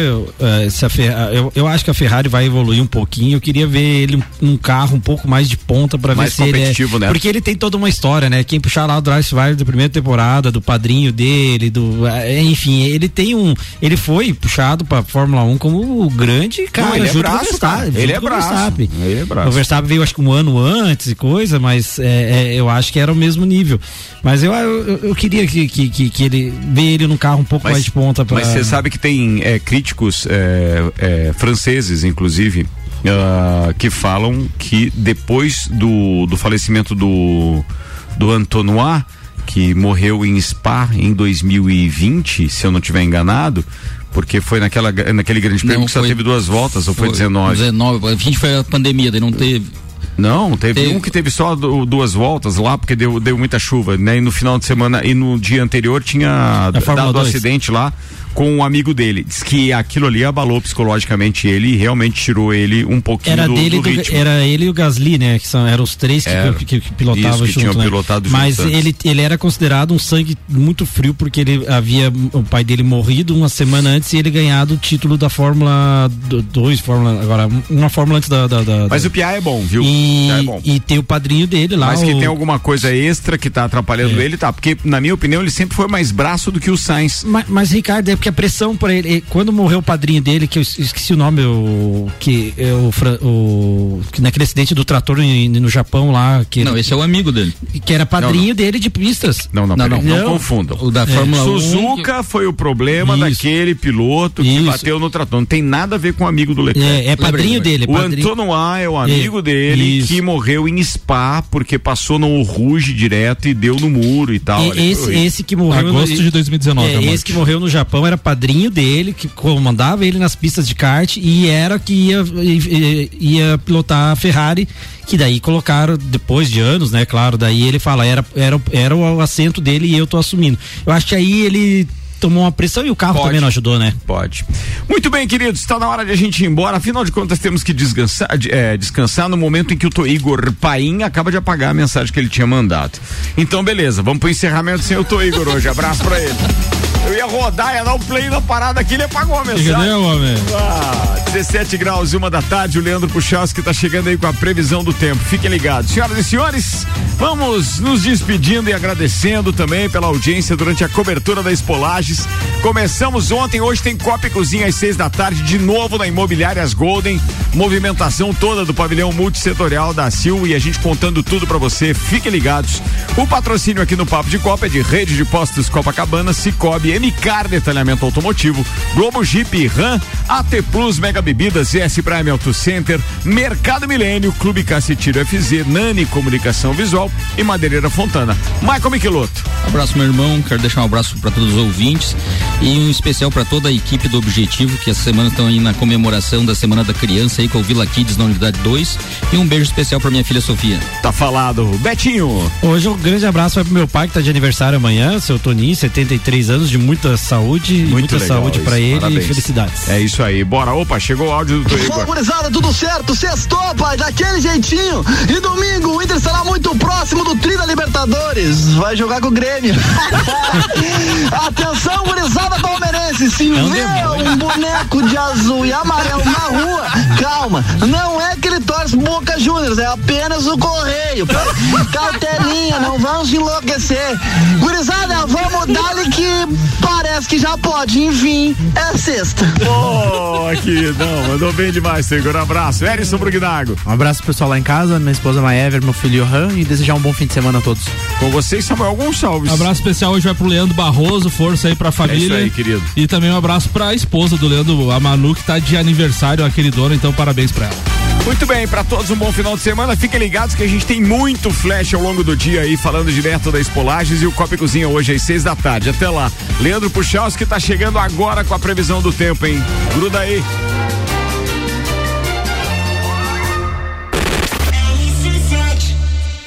eu acho que a Ferrari vai evoluir um pouquinho, eu queria ver ele num carro um pouco mais de ponta pra ver se ele né? Porque ele tem toda uma história, né? Quem puxar lá o Drive Survive da primeira temporada, do padrinho dele, enfim, ele foi puxado pra Fórmula 1 como o grande cara. Ele é braço, cara. Ele é braço. O Verstappen veio acho que um ano antes e coisa, mas eu acho que era o mesmo nível. Mas eu queria que ele ver ele num carro um pouco mais de ponta. Mas você sabe que tem críticos franceses, inclusive, que falam que depois do falecimento do Antonois, que morreu em Spa em 2020, se eu não estiver enganado, porque foi naquele grande prêmio que só teve 2 voltas, ou foi 19? 19, a gente foi a pandemia, daí não teve. Não, teve um que teve só 2 voltas lá, porque deu muita chuva, né? E no final de semana e no dia anterior tinha dado acidente lá com um amigo dele. Diz que aquilo ali abalou psicologicamente ele e realmente tirou ele um pouquinho do ritmo. Era ele e o Gasly, né? Eram os 3 que pilotavam junto, tinham né? pilotado Mas junto ele era considerado um sangue muito frio, porque o pai dele morrido uma semana antes e ele ganhado o título da Fórmula 2, uma Fórmula antes da Mas o Piá é bom, viu? E tem o padrinho dele lá. Mas que tem alguma coisa extra que tá atrapalhando ele, tá? Porque, na minha opinião, ele sempre foi mais braço do que o Sainz. Mas Ricardo, é porque a pressão por ele, quando morreu o padrinho dele, que eu esqueci o nome, que naquele acidente do trator no Japão lá. Esse é o amigo dele. Que era padrinho dele de pistas. Não confundam. O da Fórmula 1. Suzuka foi o problema daquele piloto que bateu no trator. Não tem nada a ver com o amigo do Leclerc. É padrinho dele. O Antonois é o amigo dele dele que morreu em Spa, porque passou no Ruge direto e deu no muro e tal. Esse que morreu agosto de 2019. Esse que morreu no Japão era padrinho dele, que comandava ele nas pistas de kart e era que ia pilotar a Ferrari, que daí colocaram depois de anos, né? Claro, daí ele fala, era o assento dele e eu tô assumindo. Eu acho que aí ele tomou uma pressão e o carro também não ajudou, né? Pode. Muito bem, queridos, está na hora de a gente ir embora. Afinal de contas, temos que descansar no momento em que o Igor Paim acaba de apagar a mensagem que ele tinha mandado. Então, beleza, vamos pro encerramento sem o Igor hoje. Abraço pra ele. Eu ia rodar, ia dar um play na parada aqui, ele apagou a mensagem. Cadê, homem? 17 graus, 1h, o Leandro Puchalski tá chegando aí com a previsão do tempo. Fiquem ligados. Senhoras e senhores, vamos nos despedindo e agradecendo também pela audiência durante a cobertura da Espolages. Começamos ontem, hoje tem Copa e Cozinha às 6h, de novo na Imobiliárias Golden. Movimentação toda do pavilhão multissetorial da Sil e a gente contando tudo pra você. Fiquem ligados. O patrocínio aqui no Papo de Copa é de Rede de Postos Copacabana, Cicobi, MCAR Detalhamento Automotivo, Globo Jeep, RAM, AT Plus, Mega Bebidas, ES Prime Auto Center, Mercado Milênio, Clube Cacetiro FZ, Nani Comunicação Visual e Madeireira Fontana. Michael Michelotto. Abraço, meu irmão. Quero deixar um abraço para todos os ouvintes e um especial para toda a equipe do Objetivo, que essa semana estão aí na comemoração da Semana da Criança aí com o Vila Kids na Unidade 2, e um beijo especial para minha filha Sofia. Tá falado. Betinho. Hoje um grande abraço vai pro meu pai que tá de aniversário amanhã, seu Toninho, 73 anos, de muita saúde, muita saúde para ele. Parabéns. E felicidades. É isso aí. Bora, opa, chegou o áudio do Igor. Gurizada, tudo certo, sextou, pai, daquele jeitinho. E domingo o Inter estará muito próximo do tri da Libertadores. Vai jogar com o Grêmio. Atenção, gurizada palmeirense, se vê um boneco de azul e amarelo na rua, calma, não é que ele torce Boca Juniors, é apenas o Correio. Cartelinha, não vamos enlouquecer. Gurizada, vamos dar-lhe que parece que já pode, enfim, é sexta. Aqui, não, mandou bem demais, Igor. Um abraço. Erison Brugnago. Um abraço pro pessoal lá em casa, minha esposa Maever, meu filho Johan, e desejar um bom fim de semana a todos. Com vocês, Samuel Gonçalves. Um abraço especial hoje vai pro Leandro Barroso, força aí pra família. É isso aí, querido. E também um abraço pra esposa do Leandro, a Manu, que tá de aniversário, a queridona, então parabéns pra ela. Muito bem, pra todos um bom final de semana. Fiquem ligados que a gente tem muito flash ao longo do dia aí, falando direto da Espolages, e o Copa e Cozinha hoje às 6h. Até lá. Leandro Puchalski tá chegando agora com a previsão do tempo, hein? Gruda aí.